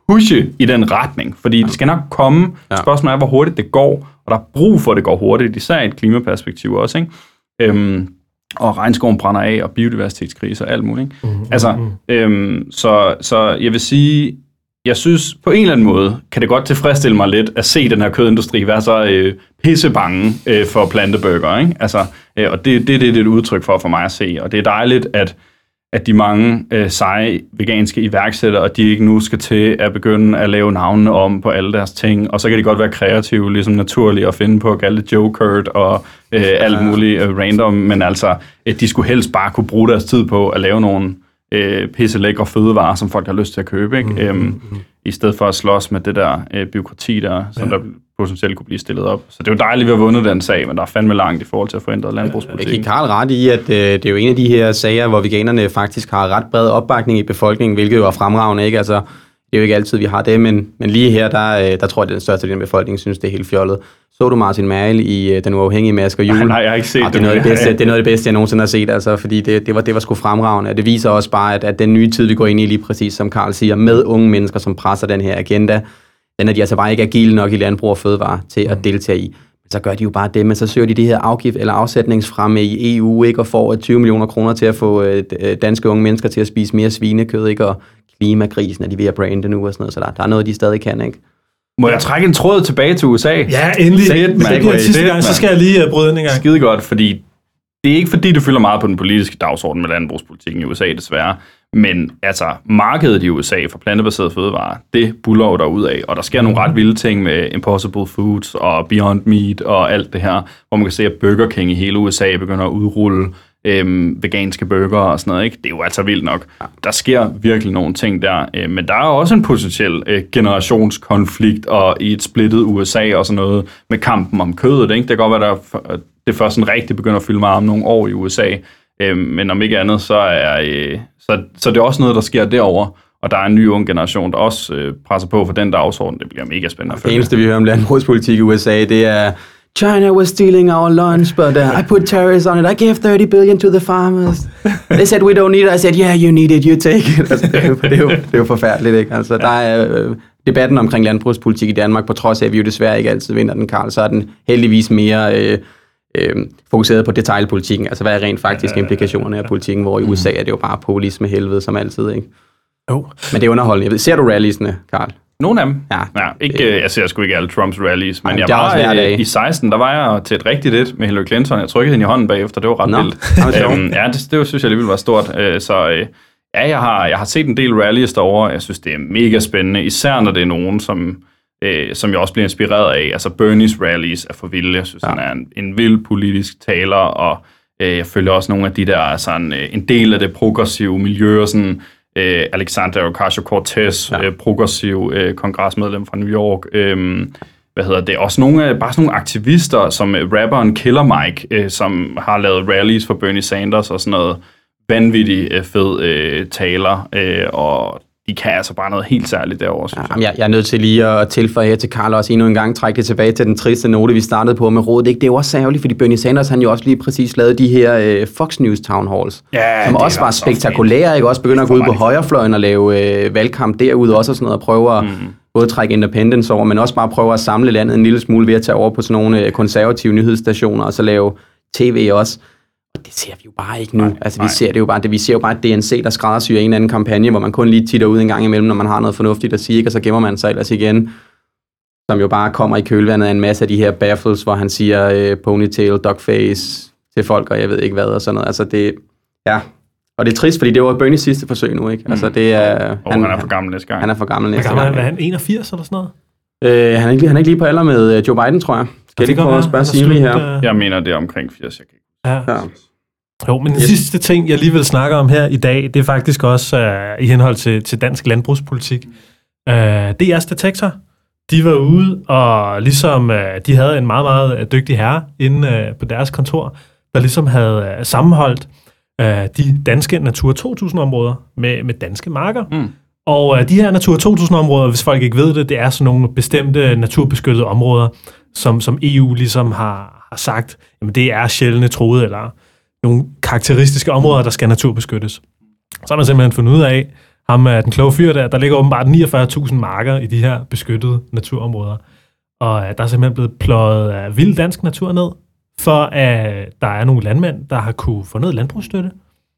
pushe i den retning, fordi det skal nok komme. Ja. Spørgsmålet er, hvor hurtigt det går, og der er brug for, at det går hurtigt, især i et klimaperspektiv også, ikke? Øhm, og regnskoven brænder af, og biodiversitetskrise og alt muligt, ikke? Mm-hmm. Altså, øhm, så, så jeg vil sige, jeg synes på en eller anden måde, kan det godt tilfredsstille mig lidt at se den her kødindustri være så øh, pissebange øh, for planteburger, ikke? Altså, øh, og det, det, det, det er et udtryk for for mig at se, og det er dejligt, at at de mange øh, seje veganske iværksættere, og de ikke nu skal til at begynde at lave navnene om på alle deres ting, og så kan de godt være kreative, ligesom naturligt, at finde på at kalde det Joe-Kurt og øh, alt muligt øh, random, men altså, at de skulle helst bare kunne bruge deres tid på at lave nogle øh, pisselækre fødevarer, som folk har lyst til at købe, ikke? Mm, øhm, mm, mm. I stedet for at slås med det der øh, byråkrati, der, som ja. der potentielt kunne blive stillet op. Så det er jo dejligt, at vi har vundet den sag, men der er fandme langt i forhold til at få ændret landbrugspolitikken. Jeg kan Karl ret i, at øh, det er jo en af de her sager, hvor veganerne faktisk har ret bred opbakning i befolkningen, hvilket jo er fremragende, ikke? Altså, det er jo ikke altid, vi har det, men, men lige her, der, øh, der tror jeg, at den største del af befolkningen synes, det er helt fjollet. Så du Martin Merrild i øh, Den Uafhængige Masker Jul? Nej, nej, jeg har ikke set det. Det er, noget af det, bedste, det er noget af det bedste, jeg nogensinde har set, altså, fordi det, det, var, det var sgu fremragende. Det viser også bare, at, at den nye tid, vi går ind i, lige præcis som Karl siger, med unge mennesker, som presser den her agenda, den er de altså bare ikke agile nok i landbrug og fødevare til at deltage i. Men så gør de jo bare det, men så søger de det her afgift eller afsætningsfremme i E U, ikke, og får tyve millioner kroner til at få øh, danske unge mennesker til at spise mere svinekød, ikke, og klimakrisen er de ved at brande nu og sådan noget, så der, der er noget, de stadig kan, ikke? Må jeg trække en tråd tilbage til U S A? Ja, endelig. Sæt, Hvis det bliver sidste gang, så skal jeg lige uh, bryde den en gang. Skide godt, fordi det er ikke fordi, det fylder meget på den politiske dagsorden med landbrugspolitikken i U S A, desværre. Men altså, markedet i U S A for plantebaserede fødevarer, det buller jo derudad, og der sker nogle ret vilde ting med Impossible Foods og Beyond Meat og alt det her, hvor man kan se, at Burger King i hele U S A begynder at udrulle øhm, veganske burger og sådan noget, ikke? Det er jo altså vildt nok. Der sker virkelig nogle ting der, øh, men der er også en potentiel øh, generationskonflikt og i et splittet U S A og sådan noget med kampen om kødet, ikke? Det kan godt være, der det først sådan rigtig begynder at fylde meget om nogle år i U S A, øh, men om ikke andet, så er, øh, så, så det er også noget, der sker derovre. Og der er en ny ung generation, der også øh, presser på for den dagsorden. Det bliver mega spændende at følge. Det eneste, vi hører om landbrugspolitik i U S A, det er China was stealing our lunch, but uh, I put tariffs on it. I gave thirty billion to the farmers. They said we don't need it. I said, yeah, you need it, you take it. Altså, det, er jo, det, er jo, det er jo forfærdeligt, ikke? Altså, der er øh, debatten omkring landbrugspolitik i Danmark, på trods af, at vi jo desværre ikke altid vinder den, Karl, så er den heldigvis mere øh, øh, fokuseret på detailpolitikken. Altså, hvad er rent faktisk implikationerne af politikken, hvor i U S A er det jo bare populisme helvede, som altid, ikke? Jo. Men det er underholdende. Jeg ved, ser du ralliesne, Karl? Nogle af dem. Ja. ja ikke, jeg ser sgu ikke alle Trumps rallies, men Ej, jeg var øh, i seksten, der var jeg til et rigtigt et med Hillary Clinton. Jeg trykkede hende i hånden bagefter, det var ret no. vildt. øhm, ja, det, det synes jeg alligevel var stort. Øh, så øh, ja, jeg har, jeg har set en del rallies derovre. Jeg synes, det er mega spændende, især når det er nogen, som, øh, som jeg også bliver inspireret af. Altså Bernies rallies er for vilde. Jeg synes, ja. han er en, en vild politisk taler, og øh, jeg følger også nogle af de der, sådan, øh, en del af det progressive miljø, og sådan Uh, Alexandria Ocasio-Cortez, ja. uh, progressiv uh, kongresmedlem fra New York. Uh, hvad hedder det? Også nogle, bare sådan nogle aktivister, som uh, rapperen Killer Mike, uh, som har lavet rallies for Bernie Sanders og sådan noget vanvittigt uh, fed uh, taler, uh, og de kan altså bare noget helt særligt derovre, synes ja, jeg. Jeg er nødt til lige at tilføje her til Karl også endnu en gang, trække det tilbage til den triste note, vi startede på med rådet. Det er jo også særligt, fordi Bernie Sanders, han jo også lige præcis lavede de her uh, Fox News Town Halls, ja, som også var spektakulære, ikke? Også begynder at gå ud på højrefløjen og lave uh, valgkamp derude også og sådan noget, og prøve at mm. både trække independence over, men også bare prøve at samle landet en lille smule ved at tage over på sådan nogle uh, konservative nyhedsstationer, og så lave tv også. Og det ser vi jo bare ikke nu. Nej, altså, vi nej. ser det jo bare, det, vi ser jo bare et D N C, der skræddersyrer en eller anden kampagne, hvor man kun lige titter ud en gang imellem, når man har noget fornuftigt at sige, og så gemmer man sig ellers igen. Som jo bare kommer i kølvandet af en masse af de her baffles, hvor han siger uh, ponytail, dogface til folk, og jeg ved ikke hvad, og sådan noget. Altså, det, ja. Og det er trist, fordi det var Bernies sidste forsøg nu, ikke? Mm. Altså, det er... Oh, han, han er for gammel næste gang. Han er for gammel næste gang. gang. Er han enogfirs eller sådan noget? Øh, han, er ikke, han er ikke lige på alder med Joe Biden, tror jeg. Skal jeg lige prøve at spørge Siri her? Jeg mener, det er omkring firs, jeg kan ikke. Ja. ja. Jo, men den yes. sidste ting, jeg lige vil snakke om her i dag, det er faktisk også uh, i henhold til, til dansk landbrugspolitik. Uh, D R's Detektor, de var ude, og ligesom uh, de havde en meget, meget dygtig herre inde uh, på deres kontor, der ligesom havde uh, sammenholdt uh, de danske Natura to tusind-områder med, med danske marker. Mm. Og uh, de her Natura to tusind-områder, hvis folk ikke ved det, det er sådan nogle bestemte naturbeskyttede områder, som, som E U ligesom har, har sagt, jamen det er sjældne truede, eller nogle karakteristiske områder, der skal naturbeskyttes. Så har man simpelthen fundet ud af, ham er den kloge fyr der, der ligger åbenbart niogfyrre tusind marker i de her beskyttede naturområder. Og der er simpelthen blevet pløjet vild dansk natur ned, for at der er nogle landmænd, der har kunne få noget landbrugsstøtte.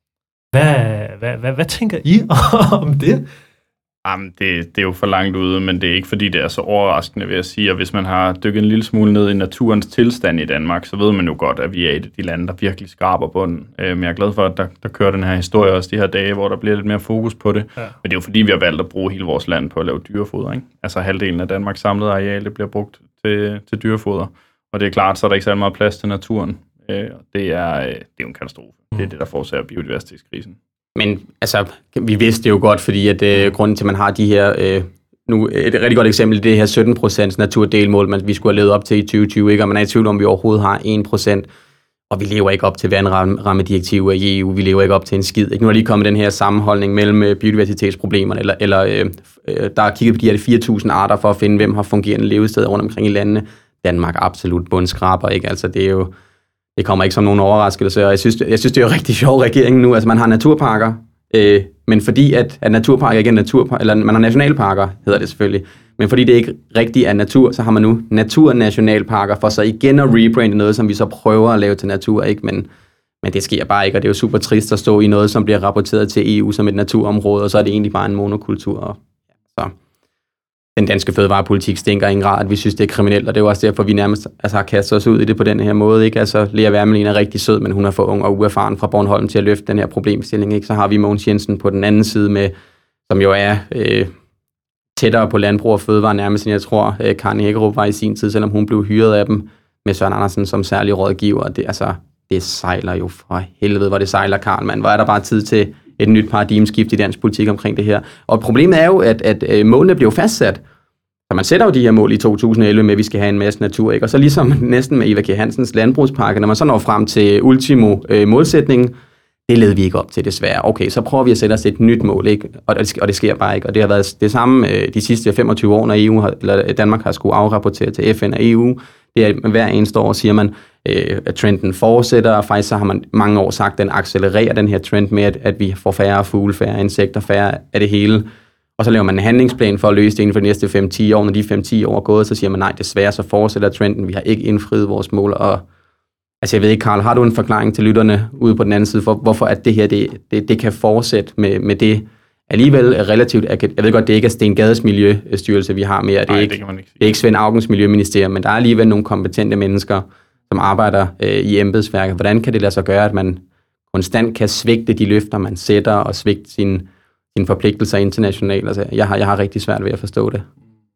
Hvad, hvad, hvad, hvad tænker I om det? Jamen, det, det er jo for langt ude, men det er ikke fordi, det er så overraskende, vil jeg sige. Og hvis man har dykket en lille smule ned i naturens tilstand i Danmark, så ved man jo godt, at vi er et af de lande, der virkelig skraber bunden. Men jeg er glad for, at der, der kører den her historie også de her dage, hvor der bliver lidt mere fokus på det. Ja. Men det er jo fordi, vi har valgt at bruge hele vores land på at lave dyrefoder, ikke? Altså halvdelen af Danmarks samlede areal, det bliver brugt til, til dyrefoder. Og det er klart, så er der ikke særlig meget plads til naturen. Det er, det er jo en katastrofe. Mm. Det er det, der forårsager biodiversitetskrisen. Men altså, vi vidste det jo godt, fordi at øh, grunden til, at man har de her, øh, nu et rigtig godt eksempel, det her sytten procent naturdelmål, man vi skulle have levet op til i tyve tyve, ikke? Og man er i tvivl om, vi overhovedet har en procent, og vi lever ikke op til vandrammedirektiver i E U, vi lever ikke op til en skid. Ikke? Nu er lige kommet den her sammenholdning mellem biodiversitetsproblemerne, eller, eller øh, der er kigget på de her fire tusind arter for at finde, hvem har fungerende levesteder rundt omkring i landene. Danmark er absolut bundskraber, ikke? Altså, det er jo... Det kommer ikke som nogen overraskelse, og jeg synes, jeg synes det er jo rigtig sjovt regeringen nu. Altså man har naturparker, øh, men fordi at, at naturparker ikke er naturparker, eller man har nationalparker, hedder det selvfølgelig, men fordi det ikke rigtigt er natur, så har man nu naturnationalparker for så igen at rebrande noget, som vi så prøver at lave til natur, ikke? Men, men det sker bare ikke, og det er jo super trist at stå i noget, som bliver rapporteret til E U som et naturområde, og så er det egentlig bare en monokultur. Og, ja, så. Den danske fødevarepolitik stinker i en grad, at vi synes, det er kriminelt, og det er jo også derfor, vi nærmest altså, har kastet os ud i det på den her måde. Ikke? Altså, Lea Wermelin er rigtig sød, men hun er for ung og uerfaren fra Bornholm til at løfte den her problemstilling. Ikke? Så har vi Mogens Jensen på den anden side, med, som jo er øh, tættere på landbrug og fødevare nærmest, end jeg tror, øh, Karen Hækkerup var i sin tid, selvom hun blev hyret af dem med Søren Andersen som særlig rådgiver. Det, altså, det sejler jo for helvede, hvor det sejler, Karl, mand. Hvor er der bare tid til et nyt paradigmeskift i dansk politik omkring det her. Og problemet er jo, at, at øh, målene bliver fastsat. Så man sætter jo de her mål i to tusind og elleve med, at vi skal have en masse natur, ikke? Og så ligesom næsten med Eva Kjer Hansens landbrugspakke, når man så når frem til ultimo øh, målsætning, det led vi ikke op til desværre. Okay, så prøver vi at sætte os et nyt mål, ikke? Og det, og det sker bare ikke. Og det har været det samme øh, de sidste femogtyve år, når E U har, eller Danmark har skulle afrapportere til F N og E U. Det er, hver eneste år siger man, øh, at trenden fortsætter, og faktisk så har man mange år sagt, at den accelererer den her trend med, at, at vi får færre fugle, færre insekter, færre af det hele. Og så laver man en handlingsplan for at løse det inden for de næste fem til ti år. Når de fem til ti år er gået, så siger man, nej, desværre så fortsætter trenden. Vi har ikke indfriet vores mål. Og altså, jeg ved ikke, Karl, har du en forklaring til lytterne ude på den anden side, for hvorfor at det her, det, det, det kan fortsætte med, med det alligevel relativt... Jeg ved godt, det ikke er Sten Gades Miljøstyrelse, vi har mere. Det er, nej, ikke, det, ikke det er ikke Svend Augens Miljøministerium, men der er alligevel nogle kompetente mennesker, som arbejder øh, i embedsværket. Hvordan kan det lade sig gøre, at man konstant kan svigte de løfter, man sætter, og svigte sine sine forpligtelser internationalt? Altså, jeg, har, jeg har rigtig svært ved at forstå det.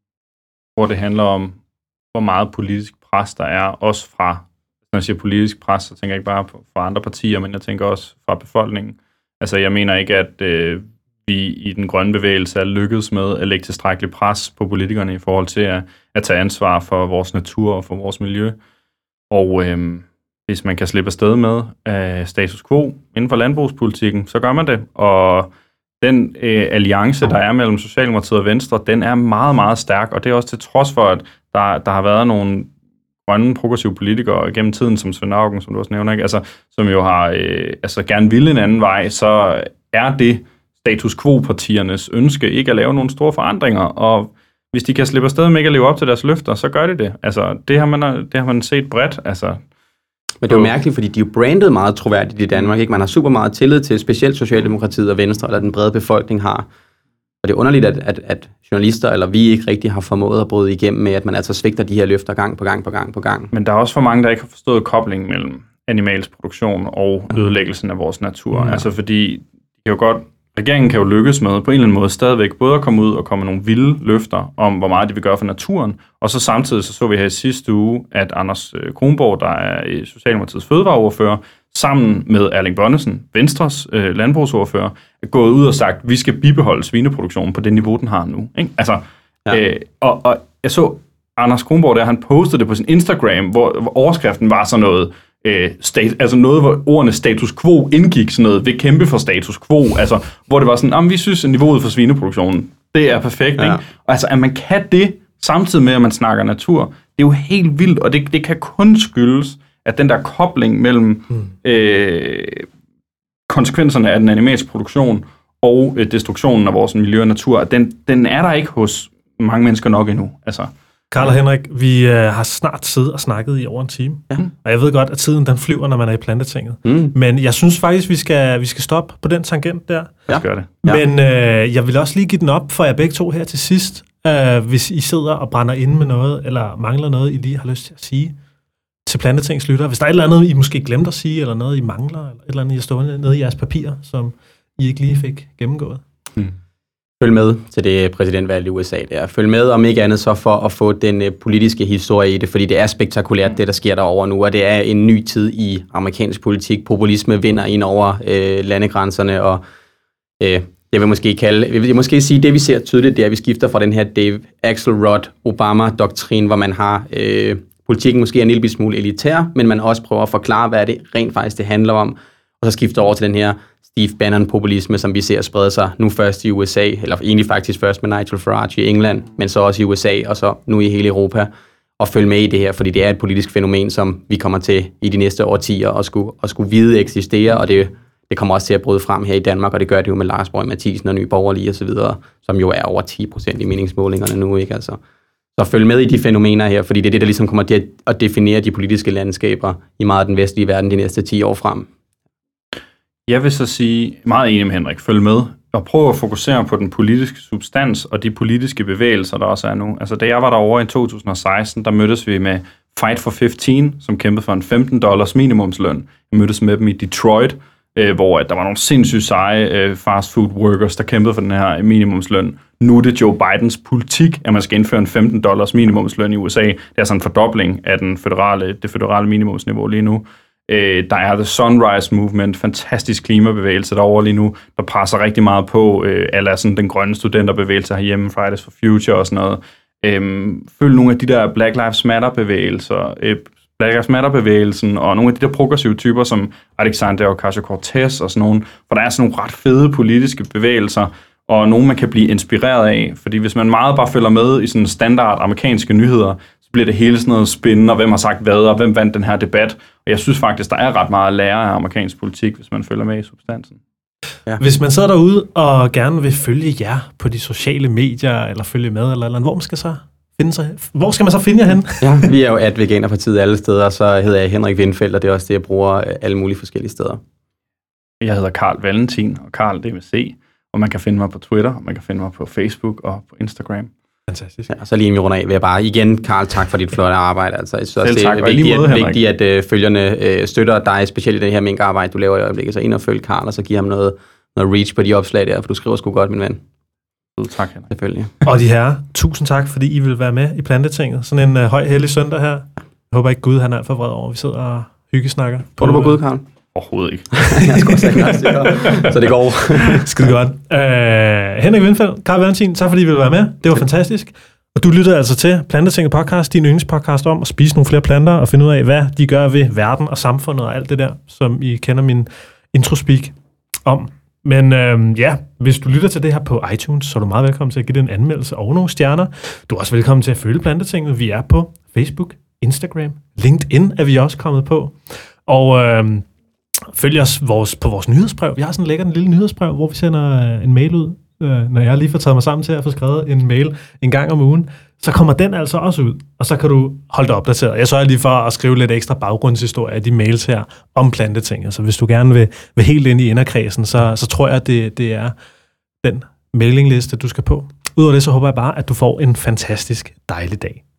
Hvor det handler om, hvor meget politisk pres der er, også fra, når jeg siger politisk pres, så tænker jeg ikke bare på, fra andre partier, men jeg tænker også fra befolkningen. Altså, jeg mener ikke, at øh, vi i den grønne bevægelse er lykkedes med at lægge tilstrækkelig pres på politikerne i forhold til at, at tage ansvar for vores natur og for vores miljø. Og øh, hvis man kan slippe afsted med øh, status quo inden for landbrugspolitikken, så gør man det. Og den øh, alliance, der er mellem Socialdemokratiet og Venstre, den er meget, meget stærk, og det er også til trods for, at der, der har været nogle grønne, progressive politikere gennem tiden, som Svend Auken, som du også nævner, ikke? Altså, som jo har øh, altså, gerne ville en anden vej, så er det status quo-partiernes ønske ikke at lave nogle store forandringer, og hvis de kan slippe afsted med ikke at leve op til deres løfter, så gør de det. Altså, det har man, det har man set bredt, altså. Men det er jo mærkeligt, fordi de er jo brandet meget troværdigt i Danmark, ikke? Man har super meget tillid til, specielt Socialdemokratiet og Venstre, eller den brede befolkning har. Og det er underligt, at, at, at journalister eller vi ikke rigtig har formået at bryde igennem med, at man altså svigter de her løfter gang på gang på gang på gang. Men der er også for mange, der ikke har forstået koblingen mellem animalsk produktion og ødelæggelsen af vores natur. Ja. Altså fordi de kan jo godt, regeringen kan jo lykkes med på en eller anden måde stadigvæk både at komme ud og komme med nogle vilde løfter om, hvor meget de vil gøre for naturen, og så samtidig så så vi her i sidste uge, at Anders Kronborg, der er Socialdemokratiets fødevareordfører, sammen med Erling Bonnesen, Venstres øh, landbrugsordfører, er gået ud og sagt, at vi skal bibeholde svineproduktionen på det niveau, den har nu. Ikke? Altså, ja. øh, og, og jeg så Anders Kronborg der, han postede det på sin Instagram, hvor, hvor overskriften var sådan noget, øh, stat, altså noget, hvor ordene status quo indgik, sådan noget, vil kæmpe for status quo, altså, hvor det var sådan, vi synes, at niveauet for svineproduktionen, det er perfekt. Ja. Ikke? Og altså, at man kan det, samtidig med, at man snakker natur, det er jo helt vildt, og det, det kan kun skyldes, at den der kobling mellem hmm. øh, konsekvenserne af den animalske produktion og øh, destruktionen af vores miljø og natur, den, den er der ikke hos mange mennesker nok endnu. Altså, Karl og Henrik, vi øh, har snart siddet og snakket i over en time. Ja. Og jeg ved godt, at tiden den flyver, når man er i Plantetinget. Mm. Men jeg synes faktisk, vi skal, vi skal stoppe på den tangent der. Ja. Gør det. Ja. Men øh, jeg vil også lige give den op for jer begge to her til sidst. Øh, hvis I sidder og brænder inde med noget, eller mangler noget, I lige har lyst til at sige til Plantetings lyttere. Hvis der er et eller andet, I måske glemte at sige, eller noget, I mangler, eller et eller andet, I har stående nede i jeres papirer, som I ikke lige fik gennemgået. Mm. Følg med til det præsidentvalg i U S A der. Følg med, om ikke andet så for at få den øh, politiske historie i det, fordi det er spektakulært, det der sker derovre nu, og det er en ny tid i amerikansk politik. Populisme vinder ind over øh, landegrænserne, og øh, jeg vil måske kalde, jeg vil måske sige, det vi ser tydeligt, det er, at vi skifter fra den her Dave Axelrod Obama-doktrin, hvor man har øh, politikken måske er en lille smule elitær, men man også prøver at forklare, hvad det rent faktisk det handler om, og så skifter over til den her Steve Bannon-populisme, som vi ser sprede sig nu først i U S A, eller egentlig faktisk først med Nigel Farage i England, men så også i U S A, og så nu i hele Europa, og følge med i det her, fordi det er et politisk fænomen, som vi kommer til i de næste årtier at skulle, at skulle vide eksisterer, og det, det kommer også til at bryde frem her i Danmark, og det gør det jo med Lars Boje Mathiesen og Nye Borgerlige og så videre, som jo er over ti procent i meningsmålingerne nu, ikke altså. Så følg med i de fænomener her, fordi det er det, der ligesom kommer til at definere de politiske landskaber i meget af den vestlige verden de næste ti år frem. Jeg vil så sige, meget enig med Henrik, følg med og prøv at fokusere på den politiske substans og de politiske bevægelser, der også er nu. Altså, da jeg var derovre i to tusind og seksten, der mødtes vi med Fight for femten, som kæmpede for en femten dollars minimumsløn. Jeg mødtes med dem i Detroit, øh, hvor der var nogle sindssygt seje øh, fast food workers, der kæmpede for den her minimumsløn. Nu er det Joe Bidens politik, at man skal indføre en femten dollars minimumsløn i U S A. Det er sådan en fordobling af den føderale, det føderale minimumsniveau lige nu. Øh, der er The Sunrise Movement, fantastisk klimabevægelse derovre lige nu, der presser rigtig meget på, øh, eller sådan den grønne studenterbevægelse herhjemme, Fridays for Future og sådan noget. Øh, følg nogle af de der Black Lives Matter-bevægelser, øh, Black Lives Matter-bevægelsen, og nogle af de der progressive typer, som Alexandria Ocasio-Cortez og sådan nogle, for der er sådan nogle ret fede politiske bevægelser, og nogle, man kan blive inspireret af, fordi hvis man meget bare følger med i sådan standard amerikanske nyheder, bliver det hele sådan noget spændende, og hvem har sagt hvad, og hvem vandt den her debat. Og jeg synes faktisk, der er ret meget at lære af amerikansk politik, hvis man følger med i substansen. Ja. Hvis man sidder derude og gerne vil følge jer på de sociale medier, eller følge med, eller, eller hvor man skal så finde sig? Hvor skal man så finde jer hen? Ja, vi er jo at Veganerpartiet alle steder, så hedder jeg Henrik Windfeldt, og det er også det, jeg bruger alle mulige forskellige steder. Jeg hedder Carl Valentin, og Carl det er med C, og man kan finde mig på Twitter, og man kan finde mig på Facebook og på Instagram. Fantastisk. Ja, så lige vi runder af vil jeg bare igen, Carl, tak for dit flotte arbejde. Altså, jeg synes det er vigtigt, måde, at, vigtigt, at øh, følgerne øh, støtter dig, specielt i det her minkarbejde, du laver i øjeblikket. Så ind og følg Carl, og så giv ham noget, noget reach på de opslag der, for du skriver sgu godt, min ven. Tak, Henrik. Selvfølgelig. Og de her, tusind tak, fordi I vil være med i Plantetinget. Sådan en øh, høj hellig søndag her. Jeg håber ikke Gud, han er alt for vred over, vi sidder og hyggesnakker. Tror du på Gud, Carl? Overhovedet ikke. Jeg skal også ikke så det går. Skide godt. Uh, Henrik Windfeldt, Carl Valentin, tak fordi I ville være med. Det var fantastisk. Og du lyttede altså til Plantetinget podcast, din yndlingspodcast om at spise nogle flere planter og finde ud af, hvad de gør ved verden og samfundet og alt det der, som I kender min introspeak om. Men øh, ja, hvis du lytter til det her på iTunes, så er du meget velkommen til at give det en anmeldelse og nogle stjerner. Du er også velkommen til at følge Plantetinget. Vi er på Facebook, Instagram, LinkedIn er vi også kommet på. Og øh, følg os vores, på vores nyhedsbrev. Vi har sådan lækkert en lille nyhedsbrev, hvor vi sender øh, en mail ud. Øh, når jeg lige får taget mig sammen til at få skrevet en mail en gang om ugen, så kommer den altså også ud, og så kan du holde dig opdateret. Jeg sørger lige for at skrive lidt ekstra baggrundshistorie af de mails her om Plantetinget. Så hvis du gerne vil, vil helt ind i inderkredsen, så, så tror jeg, at det, det er den mailingliste, du skal på. Udover det, så håber jeg bare, at du får en fantastisk dejlig dag.